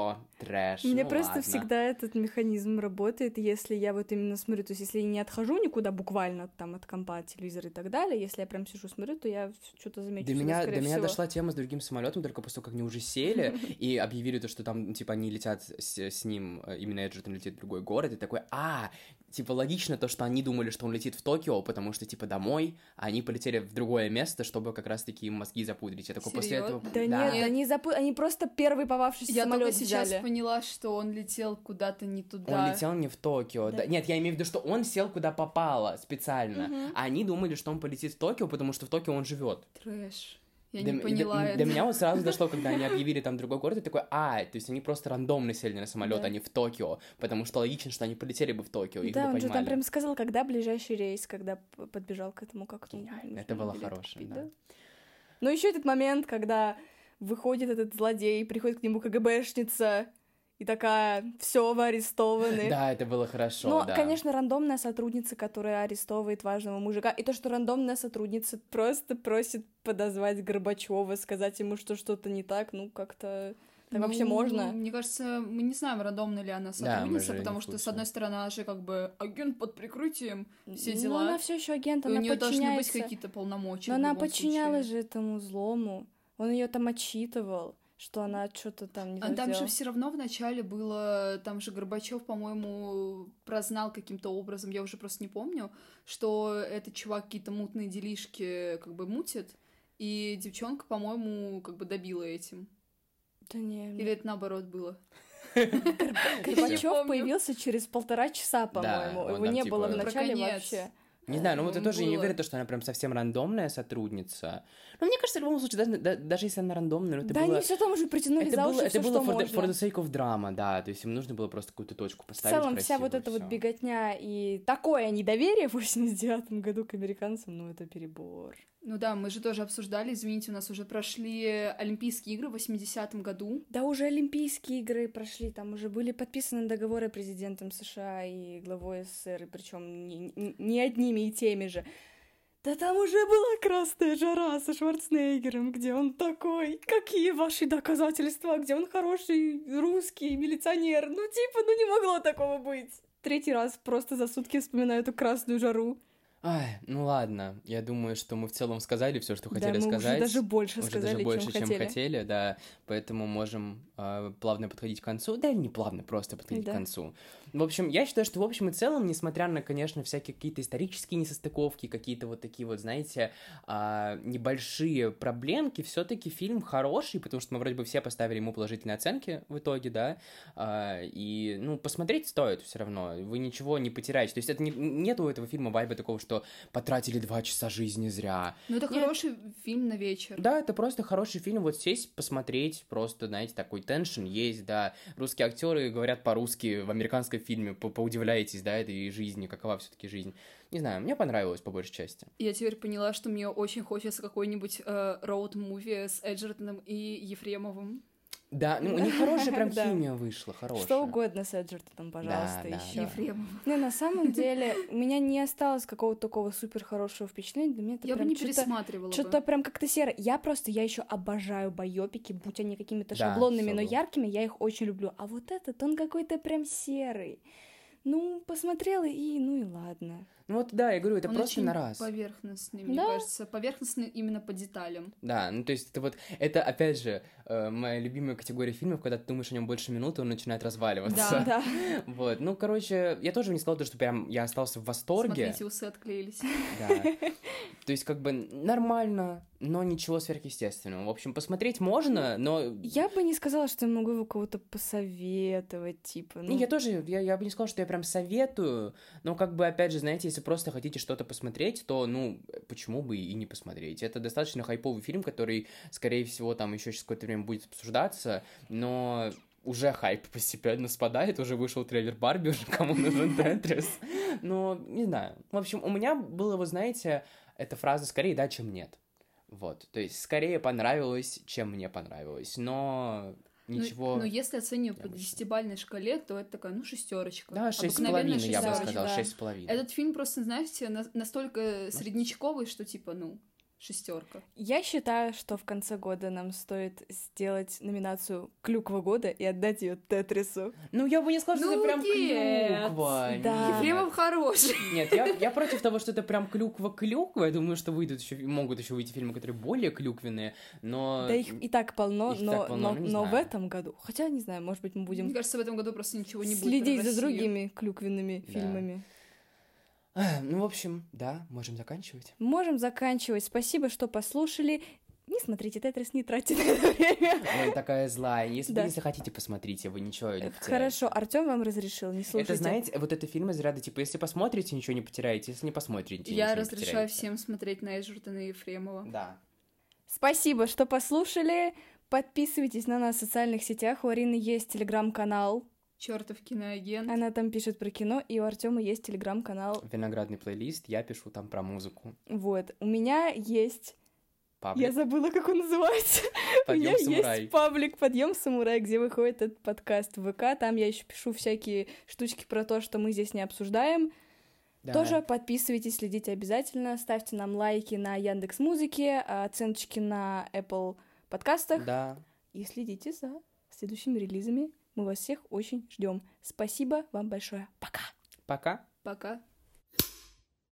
C: трэш.
A: Мне
C: Ну,
A: просто
C: ладно.
A: всегда этот механизм работает, если я вот именно смотрю, то есть если я не отхожу никуда буквально там от компа, от телевизора и так далее, если я прям сижу, смотрю, то я что-то замечу.
C: До меня
A: всего.
C: дошла тема с другим самолетом только после того, как они уже сели и объявили то, что там, типа, они летят с ним, именно Эджертон летит в другой город, и такой, типа, логично то, что они думали, что он летит в Токио, потому что, типа, домой, а они полетели в другое место, чтобы как раз-таки им мозги запудрить. Я такой, после этого...
A: Да нет, они просто первый попавшийся самолет взяли.
B: Я только сейчас поняла, что он летел куда-то не туда.
C: Он летел не в Токио. Да. Нет, я имею в виду, что он сел куда попало специально, а они думали, что он полетит в Токио, потому что в Токио он живет.
B: Трэш. Я не поняла это.
C: До меня вот сразу дошло, когда они объявили там другой город, и такой, то есть они просто рандомно сели на самолет, а не в Токио, потому что логично, что они полетели бы в Токио, их бы
A: он
C: поймали.
A: же там прям сказал, когда ближайший рейс, когда подбежал к этому, как
C: это было хорошее, да.
A: Но еще этот момент, когда выходит этот злодей, приходит к нему КГБшница, и такая, все, вы арестованы.
C: Да, это было хорошо,
A: Но,
C: да.
A: конечно, рандомная сотрудница, которая арестовывает важного мужика, и то, что рандомная сотрудница просто просит подозвать Горбачева, сказать ему, что что-то не так, как-то... Так вообще можно?
B: Мне кажется, мы не знаем, рандомна ли она сотрудница, потому что, с одной стороны, она же как бы агент под прикрытием, все дела.
A: Но она все еще агент, она
B: у нее
A: подчиняется.
B: должны быть какие-то полномочия.
A: Но она подчинялась же этому злому. Он ее там отчитывал, что она что-то там не
B: там же все равно в начале было, там же Горбачев, по-моему, прознал каким-то образом, я уже просто не помню, что этот чувак какие-то мутные делишки как бы мутит, и девчонка, по-моему, как бы добила этим.
A: Да не.
B: Или это наоборот было?
A: Горбачев появился через 1,5 часа, по-моему. Его не было в начале вообще.
C: Не знаю, вот я тоже не уверен, что она прям совсем рандомная сотрудница. Но мне кажется, в любом случае, даже если она рандомная, это было...
A: Да, они все там уже притянули за уши
C: это
A: всё,
C: было
A: что
C: for the sake of drama, да, то есть им нужно было просто какую-то точку поставить.
A: В целом, вся вот эта вот беготня и такое недоверие в 89-м году к американцам, это перебор.
B: Ну да, мы же тоже обсуждали, извините, у нас уже прошли Олимпийские игры в 80-м году.
A: Да, уже Олимпийские игры прошли, там уже были подписаны договоры президентом США и главой СССР, и причем не одними и теми же. Да там уже была красная жара со Шварценеггером, где он такой, какие ваши доказательства, где он хороший русский милиционер, не могло такого быть. 3-й раз просто за сутки вспоминаю эту красную жару.
C: Ну ладно, я думаю, что мы в целом сказали все, что хотели сказать.
A: Да, мы уже даже больше сказали,
C: чем хотели, да, поэтому можем плавно подходить к концу. Да, не плавно, просто подходить к концу. В общем, я считаю, что в общем и целом, несмотря на, конечно, всякие какие-то исторические несостыковки, какие-то вот такие вот, знаете, небольшие проблемки, все-таки фильм хороший, потому что мы вроде бы все поставили ему положительные оценки в итоге, да, и, посмотреть стоит все равно, вы ничего не потеряете. То есть это нету у этого фильма вайба такого, что потратили 2 часа жизни зря.
B: Это хороший фильм на вечер.
C: Да, это просто хороший фильм, вот сесть, посмотреть, просто, знаете, такой теншн есть, да. Русские актеры говорят по-русски в американском фильме, поудивляетесь, да, этой жизни, какова все-таки жизнь. Не знаю, мне понравилось по большей части.
B: Я теперь поняла, что мне очень хочется какой-нибудь роуд-муви с Эджертоном и Ефремовым.
C: Да, у них хорошая прям химия вышла, хорошая.
A: Что угодно с Эджертоном, пожалуйста, еще.
B: Ефремов.
A: На самом деле, у меня не осталось какого-то такого супер хорошего впечатления. Для меня это
B: я бы не пересматривала.
A: Что-то прям как-то серо. Я еще обожаю байопики, будь они какими-то шаблонными, но яркими, я их очень люблю. А вот этот, он какой-то прям серый. Посмотрела и ладно.
C: Да, я говорю, это
B: он
C: просто
B: очень
C: на раз.
B: Поверхностный, мне кажется. Поверхностный именно по деталям.
C: Да, то есть это опять же, моя любимая категория фильмов, когда ты думаешь о нем больше минуты, он начинает разваливаться.
A: Да.
C: Вот, короче, я тоже не сказала, что прям я остался в восторге.
B: Смотрите, усы отклеились.
C: Да. То есть нормально, но ничего сверхъестественного. В общем, посмотреть можно, но...
A: Я бы не сказала, что я могу его кого-то посоветовать, типа.
C: Я тоже, я бы не сказала, что я прям советую, но опять же, знаете, если просто хотите что-то посмотреть, то, почему бы и не посмотреть. Это достаточно хайповый фильм, который, скорее всего, там еще через какое-то время будет обсуждаться, но уже хайп постепенно спадает, уже вышел трейлер Барби, уже кому нужен Тетрис. Но, не знаю. В общем, у меня было, вы знаете, эта фраза «скорее да, чем нет». Вот, то есть скорее понравилось, чем мне понравилось, но... Ничего.
B: Но если оценивать по 10-бальной шкале, то это такая, 6.
C: Да, 6,5, я бы сказала, 6,5.
B: Этот фильм просто, знаете, настолько среднячковый, что типа, 6.
A: Я считаю, что в конце года нам стоит сделать номинацию «Клюква года» и отдать ее Тетрису.
C: Ну, я бы не сказала, что это прям
B: нет.
C: клюква.
A: Да.
C: Нет.
B: Ефремов хороший.
C: Нет, я против того, что это прям клюква-клюква. Я думаю, что могут еще выйти фильмы, которые более клюквенные, но...
A: Да их и так полно,
C: Их так полно, ну, не
A: но в
C: знаю.
A: этом году... Хотя, не знаю, может быть, мы будем
B: Мне кажется, в этом году просто ничего не будет
A: следить
B: про
A: за
B: Россию.
A: другими клюквенными
C: Да.
A: фильмами.
C: Ну, в общем, да, можем заканчивать.
A: Можем заканчивать. Спасибо, что послушали. Не смотрите Тетрис, не тратьте на это время.
C: Ой, такая злая. Если,
A: Да.
C: если хотите, посмотрите, вы ничего не потеряете.
A: Хорошо, Артём вам разрешил, не слушайте.
C: Это, знаете, вот это фильм из ряда, типа, если посмотрите, ничего не потеряете, если не посмотрите, ничего
B: Я
C: не
B: разрешаю
C: потеряете.
B: всем смотреть на Эджертона и Ефремова.
C: Да.
A: Спасибо, что послушали. Подписывайтесь на нас в социальных сетях. У Арины есть телеграм-канал.
B: Чертов киноагент.
A: Она там пишет про кино, и у Артема есть телеграм-канал.
C: Виноградный плейлист, я пишу там про музыку.
A: Вот. У меня есть...
C: Паблик.
A: Я забыла, как он называется. У
C: Подъем
A: меня
C: самурай.
A: есть паблик «Подъем самурай», где выходит этот подкаст в ВК. Там я еще пишу всякие штучки про то, что мы здесь не обсуждаем.
C: Да.
A: Тоже подписывайтесь, следите обязательно. Ставьте нам лайки на Яндекс.Музыке, оценочки на Apple подкастах.
C: Да.
A: И следите за следующими релизами. Мы вас всех очень ждем. Спасибо вам большое. Пока.
C: Пока.
B: Пока.